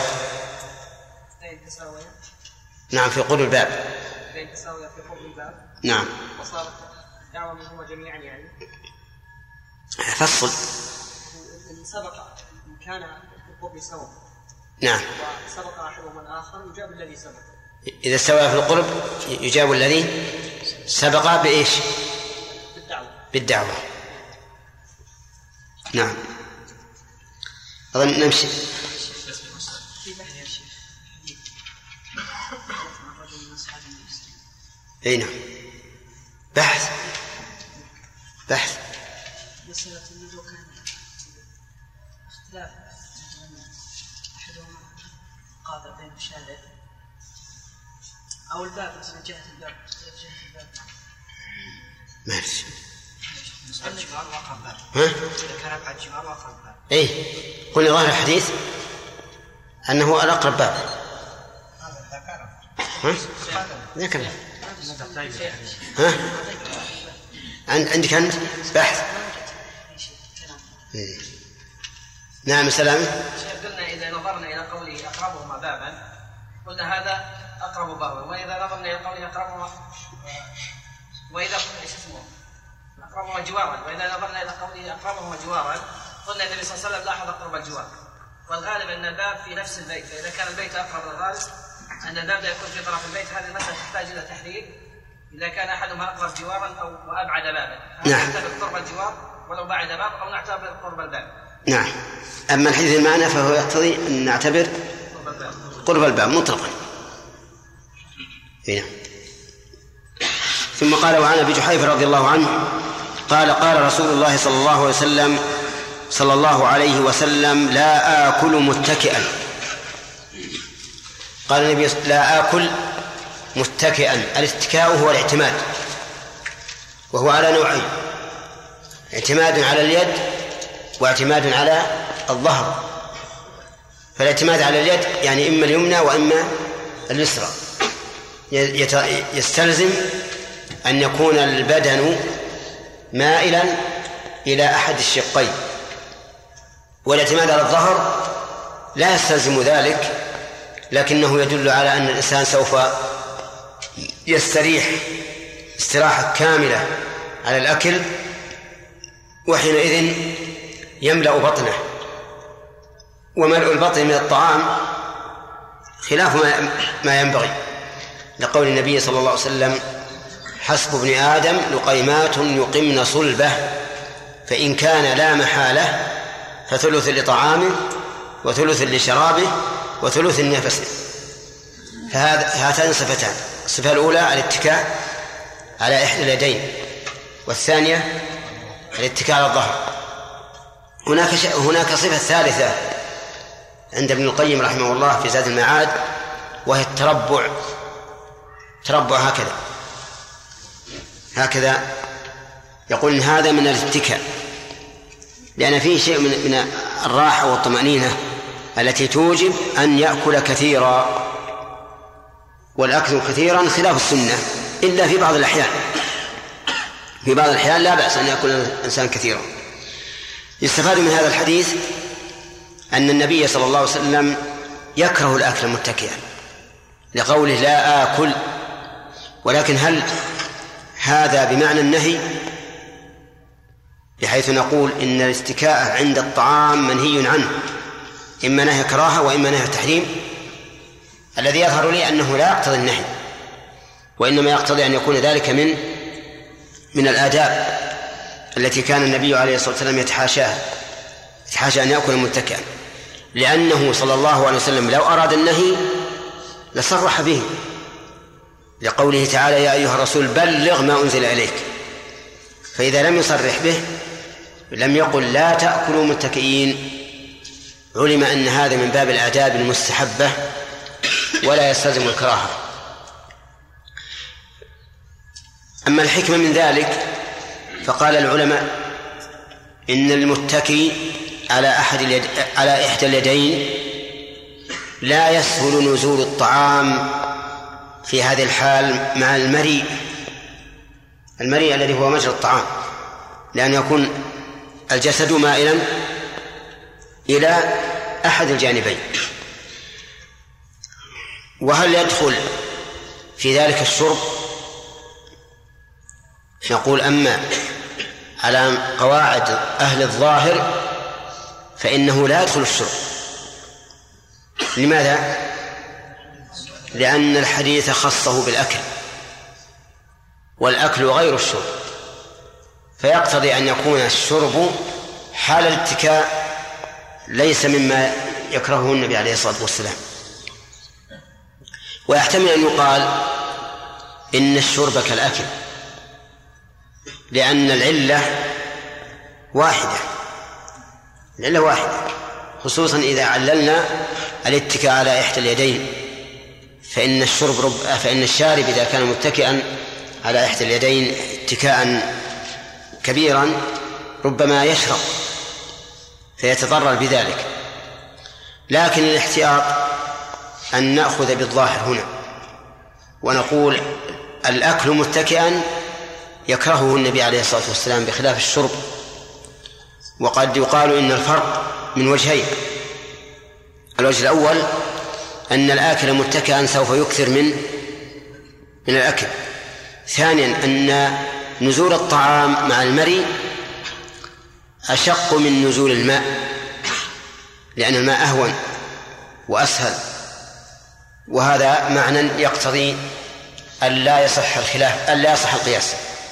نعم، في قرب الباب. فإن تساويا في قرب الباب. نعم. وصارت دعوة منهما جميعا يعني. فصل. إن سبق كان في القرب سوا. نعم. وسبق أحدهما الآخر يجاب الذي سبق. إذا استوى في القرب يجاب الذي سبق بإيش؟ بالدعوة. بالدعوة. نعم. أظن نمشي. أي نعم. بحث بحث مسألة اللي لو كان اختلاف أحدهما قاطع بين الشارع أو الباب مثل جهة الباب جهة الباب ماشي. الجبال واقع الباب. ها؟ إذا كان أبعد الجبال واقع الباب. إيه، قلنا ظاهر الحديث أنه الأقرب باب. ها؟ ذكر. ها؟ عندك أنت بحث؟ إيه. نعم سلامة. قلنا إذا نظرنا إلى قوله أقربهما بابا قلنا هذا أقرب بابا، وإذا نظرنا إلى قوله أقربهما وإذا إيش اسمه أقربهما جوارا، وإذا نظرنا إلى قوله أقربهما جوارا قلنا النبي صلى الله عليه وسلم لاحظ أقرب الجوار، والغالب أن الباب في نفس البيت، فإذا كان البيت أقرب للغالب أن الباب لا يكون في طرف البيت. هذه المسألة تحتاج إلى تحرير إذا كان أحدهما أقرب جوارا أو وأبعد بابا. نعم. نعتبر قرب الجوار ولو بعد باب، أو نعتبر قرب الباب. نعم. أما الحديث المعنى فهو يقتضي أن نعتبر قرب الباب مطلقا. هنا. ثم قال وعن أبي جحيفة رضي الله عنه قال قال رسول الله صلى الله عليه وسلم صلى الله عليه وسلم لا آكل متكئا. قال النبي لا آكل متكئا. الاتكاء هو الاعتماد، وهو على نوعين: اعتماد على اليد واعتماد على الظهر. فالاعتماد على اليد يعني إما اليمنى وإما اليسرى، يستلزم أن يكون البدن مائلا إلى أحد الشقين. والاعتماد على الظهر لا يستلزم ذلك، لكنه يدل على أن الإنسان سوف يستريح استراحة كاملة على الأكل وحينئذ يملأ بطنه. وملء البطن من الطعام خلاف ما ينبغي، لقول النبي صلى الله عليه وسلم: حسب ابن آدم لقيمات يقمن صلبه، فإن كان لا محالة فثلث لطعامه وثلث لشرابه وثلث لنفسه. فهاتان صفتان: الصفة الأولى الاتكاء على إحدى اليدين، والثانية الاتكاء على الظهر. هناك هناك صفة ثالثة عند ابن القيم رحمه الله في زاد المعاد، وهي التربع. تربع هكذا هكذا يقول إن هذا من الاتكاء، لأن فيه شيء من من الراحة والطمأنينة التي توجب أن يأكل كثيرا، والأكل كثيرا خلاف السنة إلا في بعض الأحيان. في بعض الأحيان لا بأس أن يأكل الإنسان كثيرا. يستفاد من هذا الحديث أن النبي صلى الله عليه وسلم يكره الأكل متكئا، لقوله: لا آكل. ولكن هل هذا بمعنى النهي، بحيث نقول إن الاستكاء عند الطعام منهي عنه، إما نهي كراهة وإما نهي تحريم؟ الذي يظهر لي أنه لا يقتضي النهي، وإنما يقتضي أن يكون ذلك من من الآداب التي كان النبي عليه الصلاة والسلام يتحاشاها، يتحاشى أن يأكل متكئا، لأنه صلى الله عليه وسلم لو أراد النهي لصرح به، لقوله تعالى: يا أيها الرسول بلغ ما أنزل إليك. فإذا لم يصرح به، لم يقل لا تأكلوا متكئين، علم أن هذا من باب الآداب المستحبة ولا يستلزم الكراهة. أما الحكمة من ذلك فقال العلماء إن المتكي على أحد اليد... على إحدى اليدين لا يسهل نزول الطعام في هذه الحال مع المريء، المريء الذي هو مجرى الطعام، لأن يكون الجسد مائلا إلى أحد الجانبين. وهل يدخل في ذلك الشرب؟ نقول: أما على قواعد أهل الظاهر فإنه لا يدخل الشرب. لماذا؟ لأن الحديث خصه بالأكل، والأكل غير الشرب، فيقتضي أن يكون الشرب حال الاتكاء ليس مما يكرهه النبي عليه الصلاة والسلام. ويحتمل أن يقال إن الشرب كالأكل، لأن العلة واحدة، العلة واحدة، خصوصا إذا عللنا الاتكاء على إحدى اليدين، فإن الشرب رب فإن الشارب إذا كان متكئا على إحدى اليدين اتكاء كبيرا ربما يشرب فيتضرر بذلك. لكن الاحتياط أن نأخذ بالظاهر هنا ونقول الأكل متكئا يكرهه النبي عليه الصلاة والسلام بخلاف الشرب. وقد يقال إن الفرق من وجهين: الوجه الأول أن الآكل متكئا سوف يكثر من من الأكل. ثانيا أن نزول الطعام مع المري أشق من نزول الماء، لأن الماء أهون وأسهل، وهذا معنى يقتضي أن لا يصح الخلاف أن لا يصح القياس.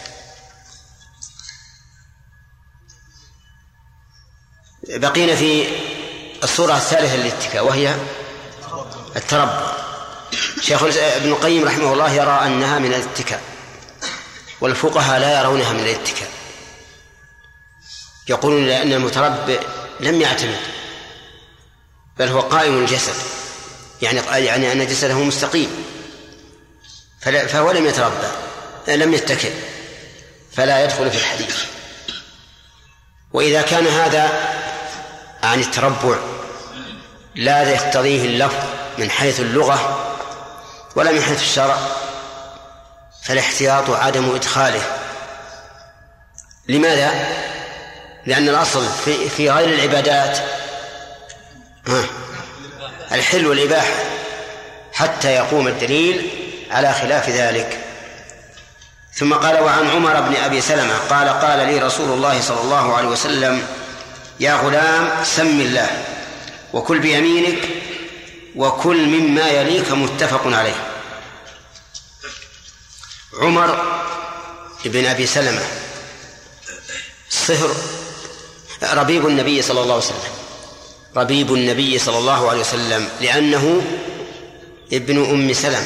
بقينا في الصورة الثالثة للاتكاء وهي التربع. شيخ ابن القيم رحمه الله يرى أنها من الاتكاء، والفقهاء لا يرونها من الاتكاء، يقولون لأن المتربع لم يعتمد بل هو قائم الجسد، يعني يعني أن جسده مستقيم، فهو لم يتربع لم يتكئ، فلا يدخل في الحديث. وإذا كان هذا عن التربع لا يقتضيه اللفظ من حيث اللغة ولا من حيث الشرع، فالاحتياط عدم إدخاله. لماذا؟ لأن الأصل في, في غير العبادات ها الحل والإباحة حتى يقوم الدليل على خلاف ذلك. ثم قال: وعن عمر بن أبي سلمة قال: قال لي رسول الله صلى الله عليه وسلم: يا غلام سم الله وكل بيمينك وكل مما يليك. متفق عليه. عمر بن أبي سلمة صهر ربيب النبي صلى الله عليه وسلم، ربيب النبي صلى الله عليه وسلم، لأنه ابن أم سلمة،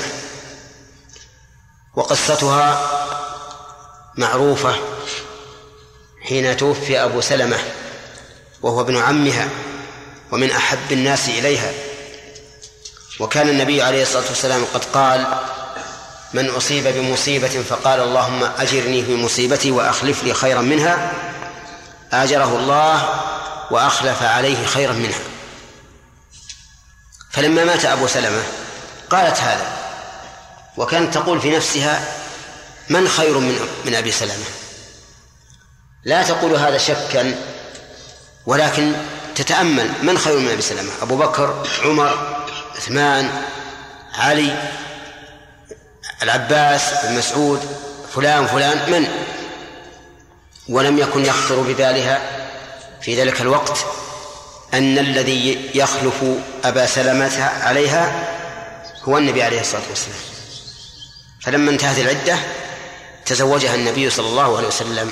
وقصتها معروفة حين توفي أبو سلمة وهو ابن عمها ومن أحب الناس إليها. وكان النبي عليه الصلاة والسلام قد قال: من أصيب بمصيبة فقال اللهم أجرني في مصيبتي وأخلف لي خيرا منها، آجره الله وأخلف عليه خيرا منها. فلما مات أبو سلمة قالت هذا، وكانت تقول في نفسها: من خير من, من أبي سلمة؟ لا تقول هذا شكا، ولكن تتأمل: من خير من أبي سلمة؟ أبو بكر، عمر، عثمان، علي، العباس بن مسعود، فلان فلان، من؟ ولم يكن يخطر ببالها في ذلك الوقت أن الذي يخلف أبا سلمة عليها هو النبي عليه الصلاة والسلام. فلما انتهت العدة تزوجها النبي صلى الله عليه وسلم،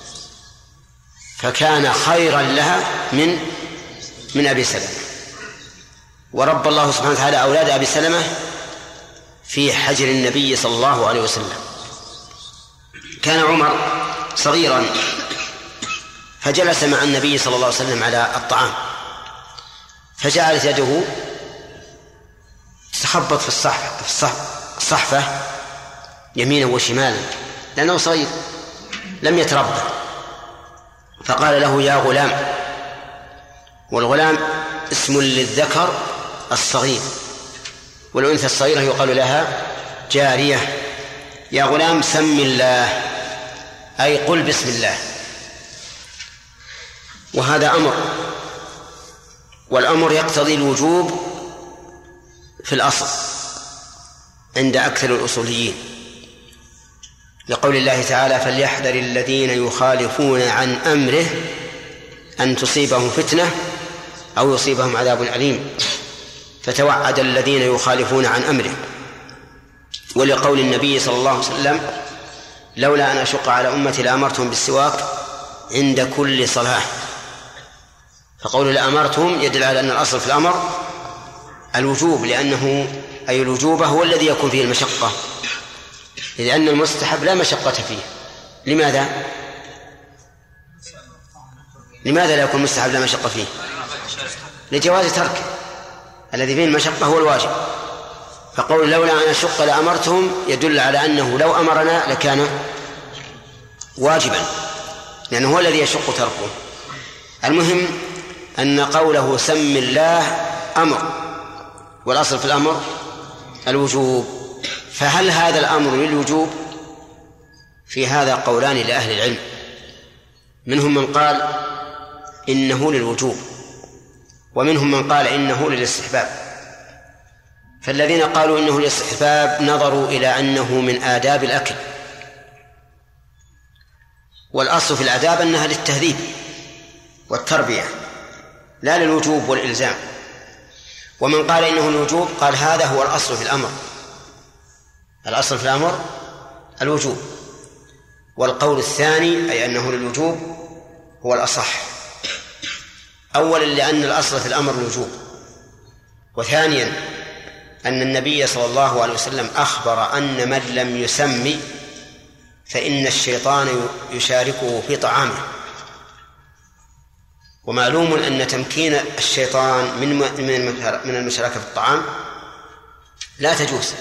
فكان خيرا لها من من أبي سلمة. ورب الله سبحانه وتعالى أولاد أبي سلمة في حجر النبي صلى الله عليه وسلم. كان عمر صغيرا فجلس مع النبي صلى الله عليه وسلم على الطعام، فجعلت يده تخبط في الصحفة, في الصحفة يمينا وشمالا لأنه صغير لم يتربى. فقال له: يا غلام. والغلام اسم للذكر الصغير، والأنثى الصغيرة يقال لها جارية. يا غلام سم الله، أي قل بسم الله. وهذا أمر، والأمر يقتضي الوجوب في الأصل عند أكثر الأصوليين، لقول الله تعالى: فليحذر الذين يخالفون عن أمره أن تصيبهم فتنة أو يصيبهم عذاب أليم. فتوعد الذين يخالفون عن أمره. ولقول النبي صلى الله عليه وسلم: لولا أن أشق على أمتي لأمرتهم بالسواك عند كل صلاة. فقول لأمرتهم يدل على أن الأصل في الأمر الوجوب، لأنه أي الوجوب هو الذي يكون فيه المشقة، لأن المستحب لا مشقة فيه. لماذا؟ لماذا لا يكون مستحب لا مشقة فيه؟ لجواز تركه، الذي فيه المشقة هو الواجب. فقول لولا أن أشق لأمرتهم يدل على أنه لو أمرنا لكان واجبا، لأنه هو الذي يشق تركه. المهم أن قوله سم الله أمر، والأصل في الأمر الوجوب. فهل هذا الأمر للوجوب؟ في هذا قولان لأهل العلم، منهم من قال إنه للوجوب، ومنهم من قال إنه للاستحباب. فالذين قالوا إنه للاستحباب نظروا إلى أنه من آداب الأكل، والأصل في الآداب أنها للتهذيب والتربية لا للوجوب والإلزام. ومن قال إنه الوجوب قال هذا هو الأصل في الأمر، الأصل في الأمر الوجوب. والقول الثاني أي أنه للوجوب هو الأصح، أولا لأن الأصل في الأمر الوجوب، وثانيا أن النبي صلى الله عليه وسلم أخبر أن من لم يسمي فإن الشيطان يشاركه في طعامه. ومعلوم أن تمكين الشيطان من من المشاركة في الطعام لا تجوز.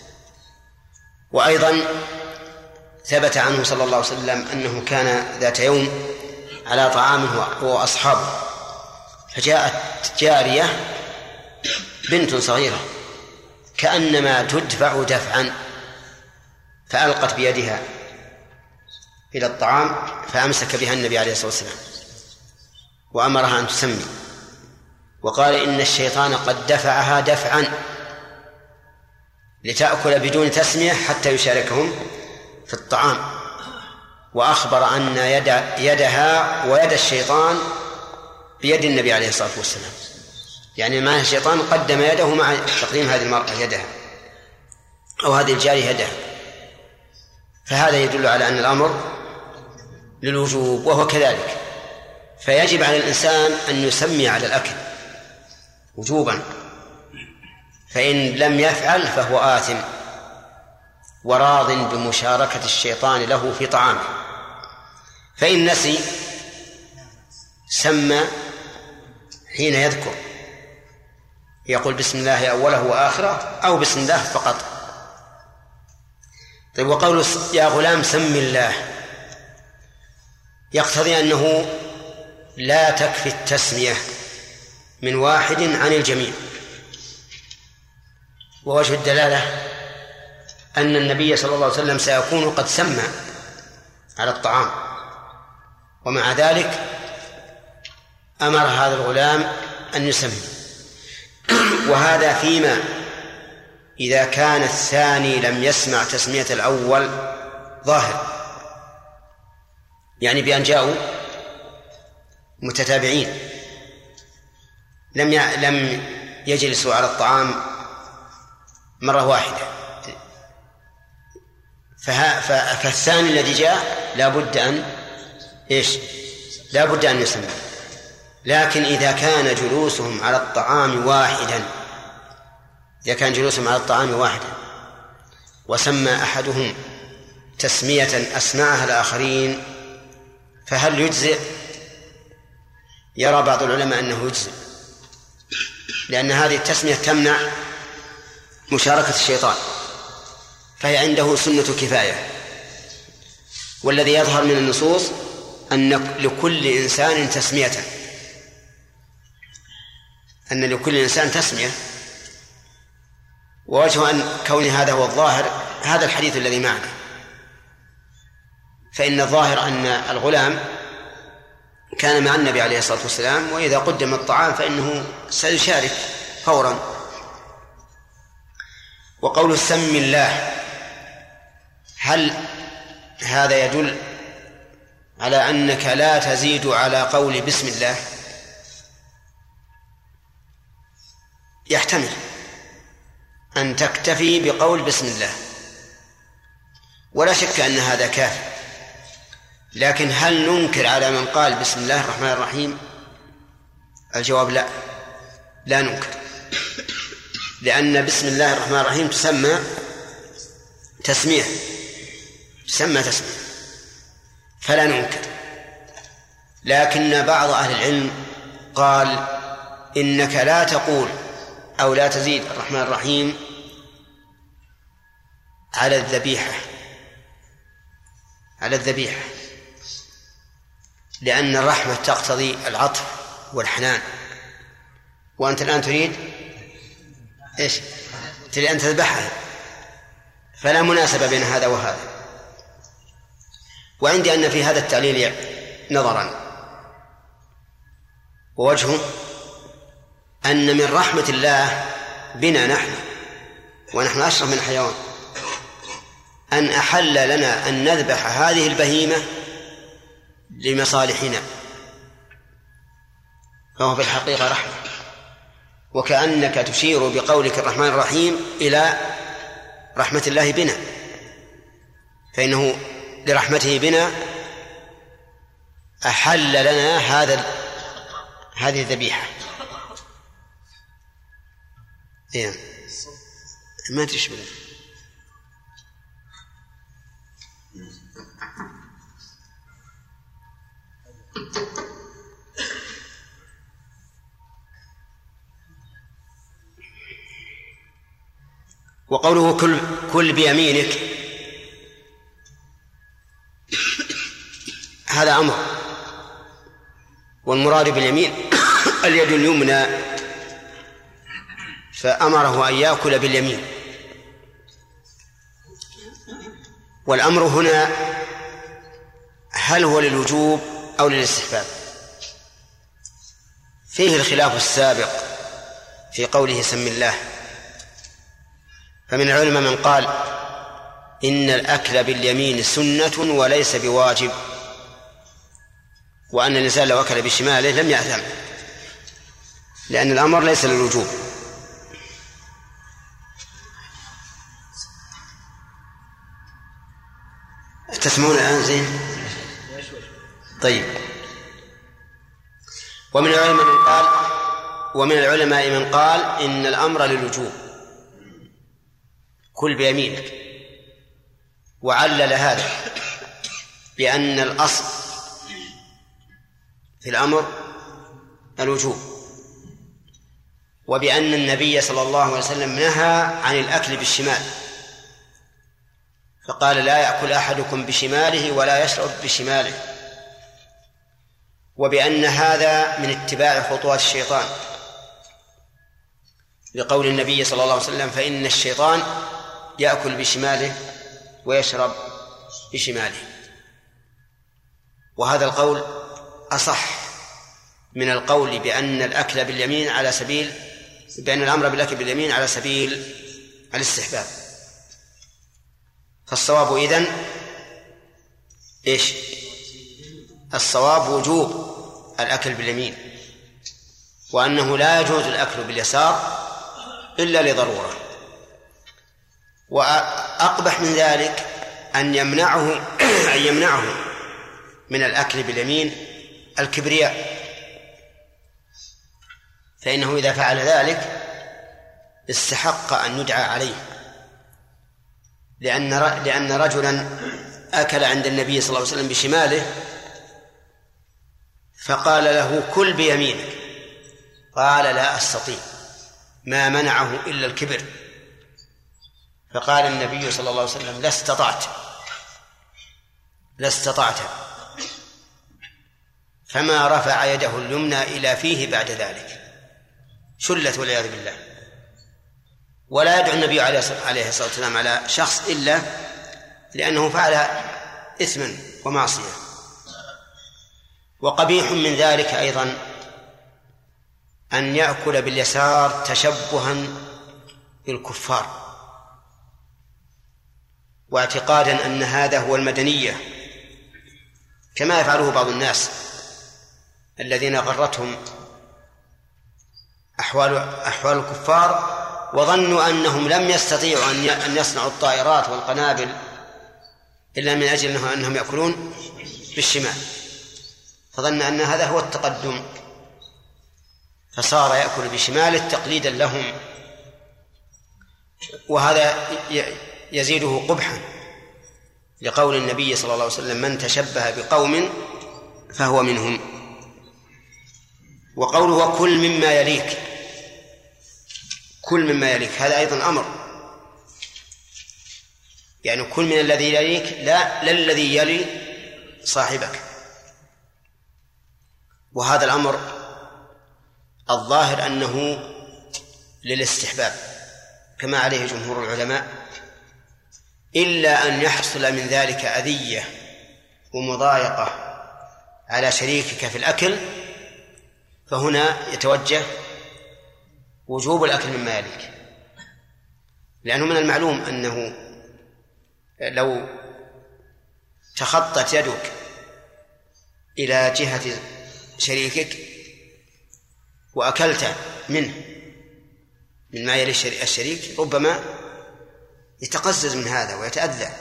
وأيضا ثبت عنه صلى الله عليه وسلم أنه كان ذات يوم على طعامه هو وأصحابه، فجاءت جارية بنت صغيرة كأنما تدفع دفعا، فألقت بيدها إلى الطعام فأمسك بها النبي عليه الصلاة والسلام وأمرها أن تسمي، وقال إن الشيطان قد دفعها دفعا لتأكل بدون تسمية حتى يشاركهم في الطعام، وأخبر أن يد يدها ويد الشيطان بيد النبي عليه الصلاة والسلام، يعني ما الشيطان قدم يده مع تقديم هذه المرأة يدها أو هذه الجارية يدها، فهذا يدل على أن الأمر للوجوب، وهو كذلك. فيجب على الإنسان أن يسمي على الأكل وجوبا، فإن لم يفعل فهو آثم وراض بمشاركة الشيطان له في طعامه. فإن نسي سمى حين يذكر، يقول بسم الله أوله وآخره أو بسم الله فقط. طيب، وقوله يا غلام سم الله يقتضي أنه لا تكفي التسمية من واحد عن الجميع، ووجه الدلالة أن النبي صلى الله عليه وسلم سيكون قد سمى على الطعام، ومع ذلك أمر هذا الغلام أن يسمي. وهذا فيما إذا كان الثاني لم يسمع تسمية الأول ظاهر، يعني بأن جاءوا متتابعين لم لم يجلسوا على الطعام مرة واحدة، فالثاني الذي جاء لا بد أن إيش لا بد أن يسمى. لكن إذا كان جلوسهم على الطعام واحدا إذا كان جلوسهم على الطعام واحدا وسمى أحدهم تسمية أسمعها الآخرين، فهل يجزئ؟ يرى بعض العلماء أنه يجزئ، لأن هذه التسمية تمنع مشاركة الشيطان، فهي عنده سنة كفاية. والذي يظهر من النصوص أن لكل إنسان تسمية، أن لكل إنسان تسمية. ووجه أن كون هذا هو الظاهر هذا الحديث الذي معنا، فإن الظاهر أن الغلام كان مع النبي عليه الصلاة والسلام، وإذا قدم الطعام فإنه سيشارك فورا. وقول سم الله، هل هذا يدل على أنك لا تزيد على قول بسم الله؟ يحتمل أن تكتفي بقول بسم الله، ولا شك أن هذا كافي. لكن هل ننكر على من قال بسم الله الرحمن الرحيم؟ الجواب لا، لا ننكر، لأن بسم الله الرحمن الرحيم تسمى تسمية تسمى تسمية فلا ننكر. لكن بعض أهل العلم قال إنك لا تقول أو لا تزيد الرحمن الرحيم على الذبيحة على الذبيحة لأن الرحمة تقتضي العطف والحنان، وأنت الآن تريد إيش؟ تريد أن تذبحها، فلا مناسبة بين هذا وهذا. وعندي أن في هذا التعليل نظرا، ووجهه أن من رحمة الله بنا نحن ونحن أشرف من الحيوان أن أحل لنا أن نذبح هذه البهيمة لمصالحنا، فهو في الحقيقة رحمة. وكأنك تشير بقولك الرحمن الرحيم إلى رحمة الله بنا، فإنه لرحمته بنا أحل لنا هذا هذه الذبيحة. إيه ما تشبه. وقوله كل كل بيمينك هذا أمر، والمراد باليمين اليد اليمنى، فأمره أن يأكل باليمين. والأمر هنا هل هو للوجوب أو للاستحباب؟ فيه الخلاف السابق في قوله سم الله، فمن العلماء من قال إن الأكل باليمين سنة وليس بواجب، وأن الإنسان لو أكل بشماله لم يأثم، لأن الأمر ليس للوجوب. تسمعون الآن زين؟ طيب. ومن العلماء من قال ومن العلماء من قال إن الأمر للوجوب، كل بيمينك، وعلل هذا بأن الأصل في الأمر الوجوب، وبأن النبي صلى الله عليه وسلم نهى عن الأكل بالشمال، فقال لا يأكل أحدكم بشماله ولا يشرب بشماله، وبأن هذا من اتباع خطوات الشيطان، لقول النبي صلى الله عليه وسلم فإن الشيطان يأكل بشماله ويشرب بشماله. وهذا القول أصح من القول بأن الأكل باليمين على سبيل بأن الأمر بالأكل باليمين على سبيل الاستحباب. فالصواب إذن إيش؟ الصواب وجوب الأكل باليمين، وأنه لا يجوز الأكل باليسار إلا لضرورة. وأقبح من ذلك أن يمنعه أن يمنعه من الأكل باليمين الكبرياء، فإنه إذا فعل ذلك استحق أن يدعى عليه، لأن لأن رجلا أكل عند النبي صلى الله عليه وسلم بشماله فقال له كل بيمينك، قال لا أستطيع، ما منعه إلا الكبر، فقال النبي صلى الله عليه وسلم لا استطعت لا استطعت فما رفع يده اليمنى إلى فيه بعد ذلك، شلت والعياذ بالله. ولا يدعو النبي عليه الصلاة والسلام على شخص إلا لأنه فعل إثما ومعصية. وقبيح من ذلك أيضا أن يأكل باليسار تشبها بالكفار، واعتقادا أن هذا هو المدنية، كما يفعله بعض الناس الذين غرتهم أحوال أحوال الكفار، وظنوا أنهم لم يستطيعوا أن يصنعوا الطائرات والقنابل إلا من أجل أنهم يأكلون بالشمال، فظن أن هذا هو التقدم، فصار يأكل بشماله تقليدا لهم، وهذا يزيده قبحا لقول النبي صلى الله عليه وسلم من تشبه بقوم فهو منهم. وقوله كل مما يليك، كل مما يليك هذا أيضا أمر، يعني كل من الذي يليك لا للذي يلي صاحبك. وهذا الأمر الظاهر أنه للاستحباب كما عليه جمهور العلماء، إلا أن يحصل من ذلك أذية ومضايقة على شريكك في الأكل، فهنا يتوجه وجوب الأكل مما يليك، لأنه من المعلوم أنه لو تخطت يدك إلى جهة شريكك وأكلت منه من ما يلي الشريك ربما يتقزز من هذا ويتأذى.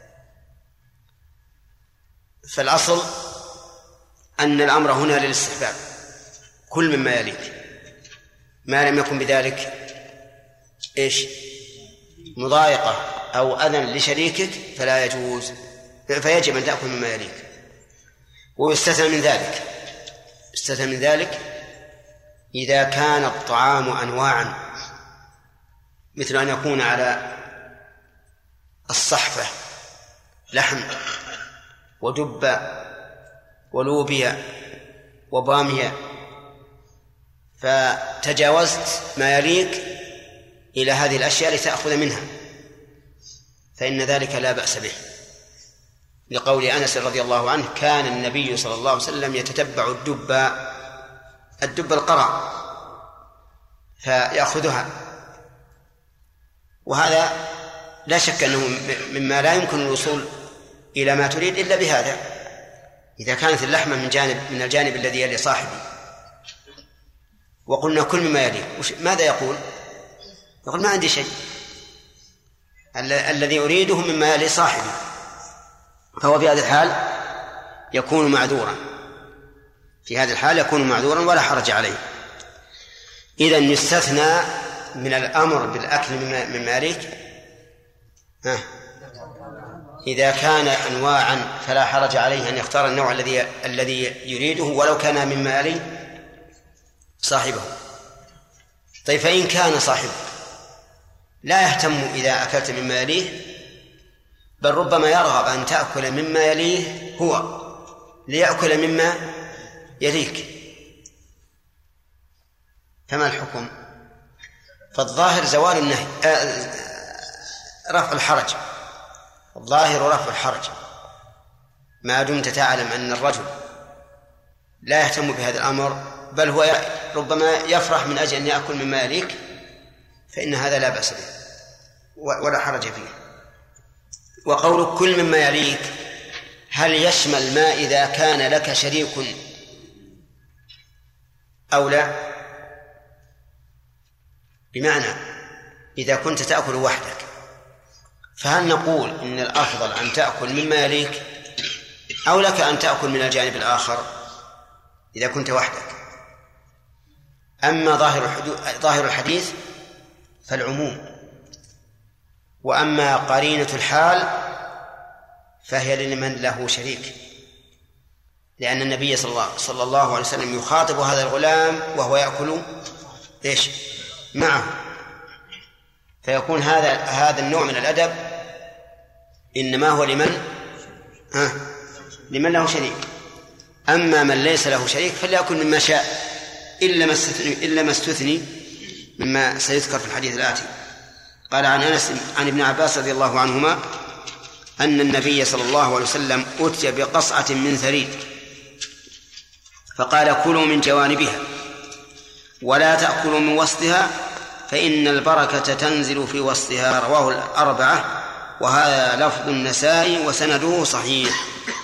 فالأصل أن الأمر هنا للاستحباب، كل مما يليك، ما لم يكن بذلك إيش مضايقة أو أذى لشريكك فلا يجوز، فيجب أن تأكل مما يليك. ويستثنى من ذلك يستثنى من ذلك إذا كان الطعام أنواعا، مثل أن يكون على الصحفة لحم ودبة ولوبيا وبامية، فتجاوزت ما يليك إلى هذه الأشياء لتأخذ منها، فإن ذلك لا بأس به، لقول أنس رضي الله عنه كان النبي صلى الله عليه وسلم يتتبع الدب الدب القرع فيأخذها. وهذا لا شك أنه مما لا يمكن الوصول إلى ما تريد إلا بهذا، إذا كانت اللحمة من جانب من الجانب الذي يلي صاحبي وقلنا كل مما يلي، ماذا يقول؟ يقول ما عندي شيء، الذي أريده مما يلي صاحبي، فهو في هذه الحال يكون معذورا، في هذه الحال يكون معذورا ولا حرج عليه. إذن يستثنى من الأمر بالأكل مما يليك ها إذا كان أنواعا فلا حرج عليه أن يختار النوع الذي الذي يريده ولو كان مما يلي صاحبه. طيب فإن كان صاحبه لا يهتم إذا أكلت مما يليه، بل ربما يرغب أن تأكل مما يليه هو ليأكل مما يليك، فما الحكم؟ فالظاهر زوال النهي آه رفع الحرج، الظاهر رفع الحرج ما دمت تعلم أن الرجل لا يهتم بهذا الأمر، بل هو ربما يفرح من أجل أن يأكل مما يليك، فإن هذا لا بأس به ولا حرج فيه. وقول كل مما يليك هل يشمل ما إذا كان لك شريك أو لا؟ بمعنى إذا كنت تأكل وحدك فهل نقول إن الأفضل أن تأكل مما يليك أو لك أن تأكل من الجانب الآخر إذا كنت وحدك؟ أما ظاهر الحديث فالعموم، وأما قرينة الحال فهي لمن له شريك، لأن النبي صلى الله عليه وسلم يخاطب هذا الغلام وهو يأكل إيش معه، فيكون هذا هذا النوع من الأدب إنما هو لمن ها لمن له شريك. أما من ليس له شريك فليأكل مما شاء إلا ما استثني إلا ما استثني مما سيذكر في الحديث الآتي. قال عن أنس عن ابن عباس رضي الله عنهما أن النبي صلى الله عليه وسلم أتي بقصعة من ثريد فقال كلوا من جوانبها ولا تأكلوا من وسطها فإن البركة تنزل في وسطها. رواه الأربعة وهذا لفظ النسائي وسنده صحيح.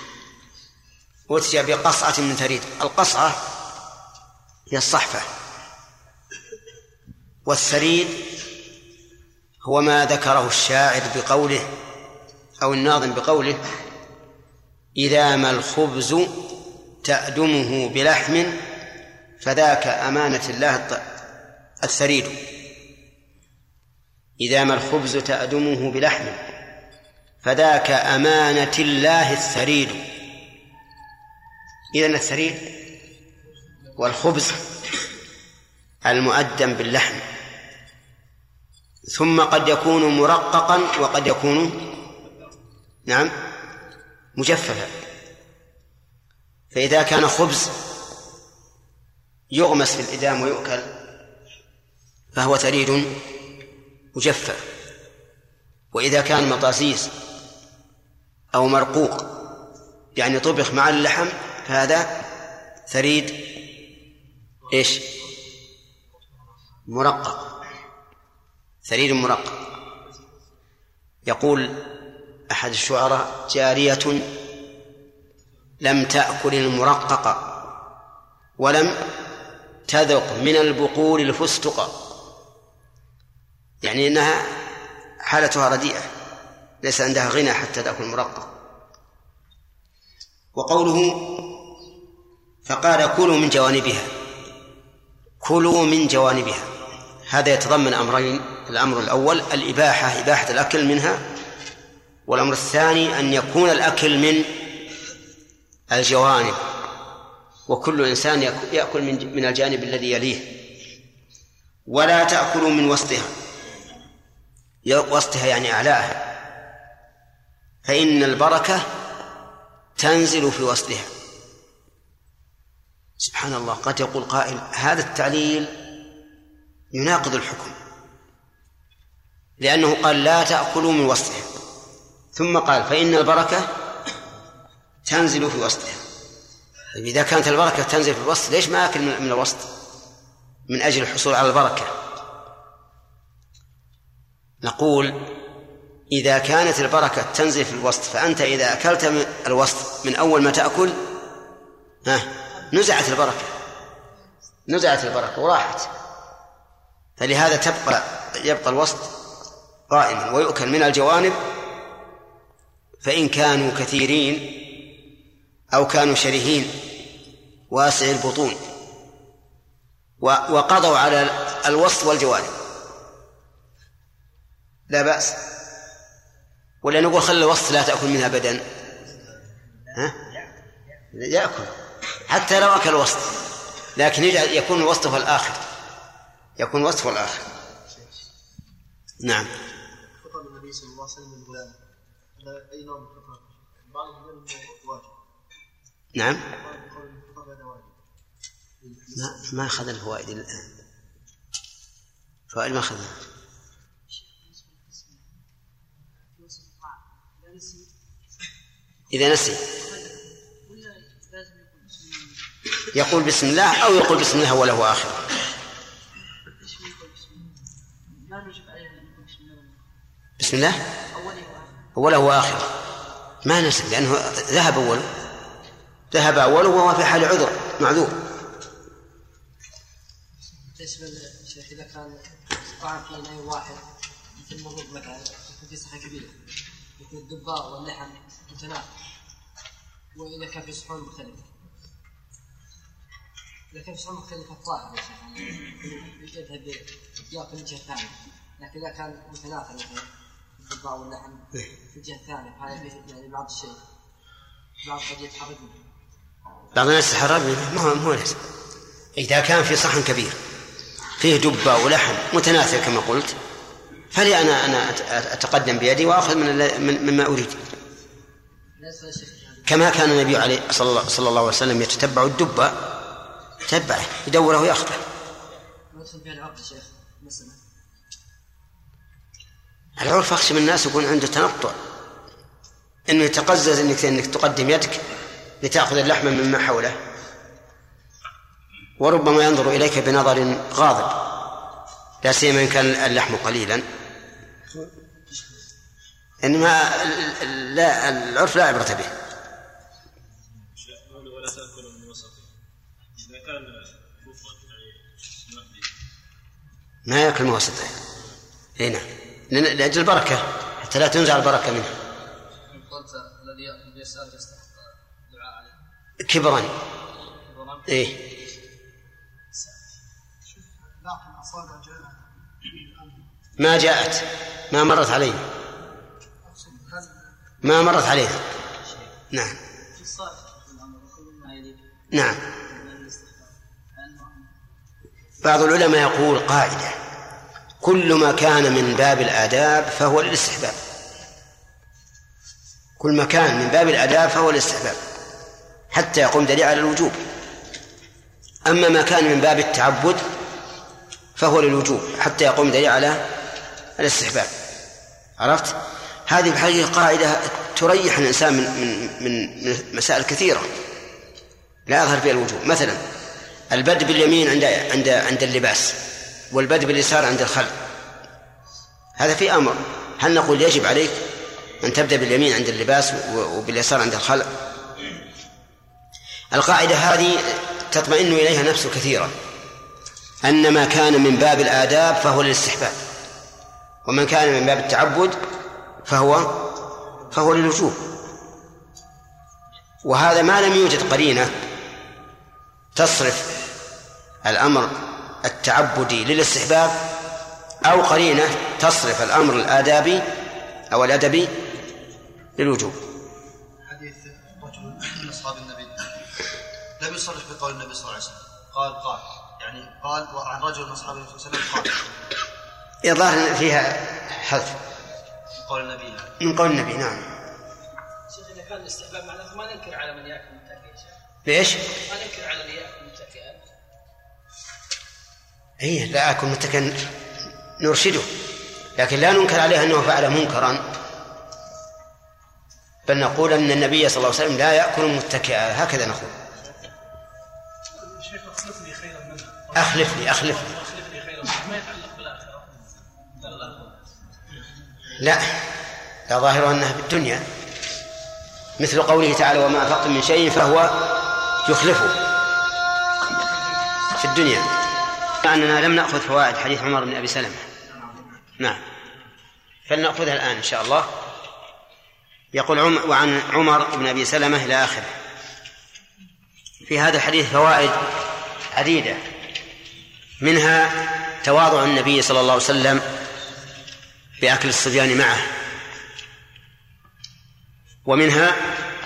أتي بقصعة من ثريد، القصعة هي الصحفة، والثريد هو ما ذكره الشاعر بقوله أو الناظم بقوله إذا ما الخبز تأدمه بلحم فذاك أمانة الله الثريد. إذا ما الخبز تأدمه بلحم فذاك أمانة الله الثريد. إذن الثريد والخبز المؤدم باللحم، ثم قد يكون مرققا وقد يكون نعم مجففا. فإذا كان خبز يغمس في الإدام ويؤكل فهو ثريد مجفف، وإذا كان مطاسيس أو مرقوق يعني طبخ مع اللحم فهذا ثريد إيش مرقق، ثريد مرقق. يقول أحد الشعراء جارية لم تأكل المرقق ولم تذق من البقول الفستق، يعني إنها حالتها رديئة ليس عندها غنى حتى تأكل المرقق. وقوله فقال كلوا من جوانبها، كلوا من جوانبها هذا يتضمن أمرين. الأمر الأول الإباحة، إباحة الأكل منها، والأمر الثاني أن يكون الأكل من الجوانب، وكل إنسان يأكل من الجانب الذي يليه. ولا تأكلوا من وسطها، وسطها يعني أعلاها، فإن البركة تنزل في وسطها. سبحان الله، قد يقول قائل هذا التعليل يناقض الحكم، لأنه قال لا تأكلوا من وسطها ثم قال فإن البركة تنزل في وسطها. إذا كانت البركة تنزل في الوسط ليش ما أكل من الوسط من أجل الحصول على البركة؟ نقول إذا كانت البركة تنزل في الوسط، فأنت إذا أكلت من الوسط من أول ما تأكل ها نزعت البركة نزعت البركة وراحت، فلهذا تبقى يبقى الوسط قائما ويؤكل من الجوانب، فإن كانوا كثيرين أو كانوا شرهين واسع البطون وقضوا على الوسط والجوانب لا بأس. ولا نقول خلي الوسط لا تأكل منها أبدا؟ ها؟ يأكل حتى لو أكل الوسط، لكن يكون الوسط هو الآخر يكون الوسط هو الآخر. نعم. خطب النبي صلى الله عليه وسلم الغلام هذا أي نوع من الخطاب؟ بعض من واجب. نعم. ما ما أخذ الفوائد الآن، فوائد ما أخذها. إذا نسي يقول بسم الله أو يقول بسم الله أوله وآخره. بسم الله أوله وآخره ما نسي، لأنه ذهب أوله ذهب أوله وهو في حال عذر معذور. بالنسبة للشيخ إذا كان طعام في نوع واحد مثل مرض مثلا يكون في صحة كبيرة مثل الدباء واللحم متنافر، وإذا كان في صحون مختلفة إذا كان في صحون مختلفة الطاهر يا شيخ يذهب يأكل الجهة الثانية، لكن إذا كان متنافر مثلا الدباء واللحم في الجهة الثانية هذا يعني بعض الشيء بعض قد يتحرج منه. بعض الناس يتحرج منه ما هو مو لازم. إذا كان في صحن كبير فيه دبة ولحم متناثر كما قلت، فلي أنا أنا أتقدم بيدي وأخذ من مما أريد، كما كان النبي عليه صلى الله عليه وسلم يتتبع الدبة تتبعه يدوره ويأخذه. العرف أخشى من الناس يكون عنده تنطع، إنه يتقزز إنك إنك تقدم يدك لتأخذ اللحم مما حوله، وربما ينظر إليك بنظر غاضب، لا سيما إن كان اللحم قليلا. إنما لا العرف لا عبرة به. ولا تأكل من وسطه إذا كان ما يأكل من وسطه هنا لأجل البركة حتى لا تنزع البركة منه. الذي يأكل بيسار يستحق دعاء عليه كبرا إيه ما جاءت ما مرت عليه ما مرت عليه نعم نعم. بعض العلماء يقول قاعدة: كل ما كان من باب الآداب فهو للاستحباب، كل ما كان من باب الآداب فهو للاستحباب حتى يقوم دليل على الوجوب، أما ما كان من باب التعبد فهو للوجوب حتى يقوم دليل على الاستحباب. عرفت؟ هذه بحقيقة قاعدة تريح الإنسان من, من, من مسائل كثيرة لا يظهر فيها الوجوب، مثلا البدء باليمين عند عند عند اللباس والبدء باليسار عند الخلع، هذا في أمر، هل نقول يجب عليك أن تبدأ باليمين عند اللباس وباليسار عند الخلع؟ القاعدة هذه تطمئن إليها نفسه كثيرا، أن ما كان من باب الآداب فهو للاستحباب، ومن كان من باب التعبد فهو فهو للوجوب. وهذا ما لم يوجد قرينة تصرف الأمر التعبدي للاستحباب أو قرينة تصرف الأمر الآدابي أو الأدبي للوجوب. حديث رجل من أصحاب النبي لم يصرح بقول النبي صلى الله عليه وسلم، قال قال يعني قال عن رجل من أصحاب النبي صلى الله عليه وسلم قال إظهار فيها حذف من قول النبي من قول النبي. نعم. شيخ إذا كان الاستحباب معناته ما ننكر على من يأكل متكئا. ليش؟ ما ننكر على من يأكل متكئا. إيه لا أكل متكئا نرشده، لكن لا ننكر عليه أنه فعل منكرا، بل نقول أن النبي صلى الله عليه وسلم لا يأكل متكئا، هكذا نقول. شيخ أخلف لي خيرا منه. أخلف لي أخلف لي أخلف لي خيرا منه ما يتعلق بالآخرة. لا لا ظاهره أنها في الدنيا، مثل قوله تعالى وما أنفقتم من شيء فهو يخلفه في الدنيا. أننا لم نأخذ فوائد حديث عمر بن أبي سلمة. نعم، فلنأخذها الآن إن شاء الله. يقول عم وعن عمر بن أبي سلمة إلى آخره. في هذا الحديث فوائد عديدة، منها تواضع النبي صلى الله عليه وسلم بأكل الصبيان معه، ومنها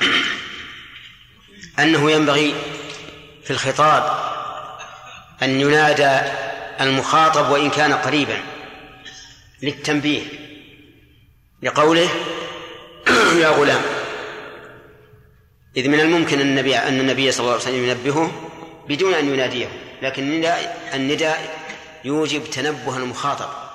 أنه ينبغي في الخطاب أن ينادى المخاطب وإن كان قريبا للتنبيه، لقوله يا غلام، إذ من الممكن أن النبي, أن النبي صلى الله عليه وسلم ينبهه بدون أن يناديه، لكن النداء يوجب تنبه المخاطب.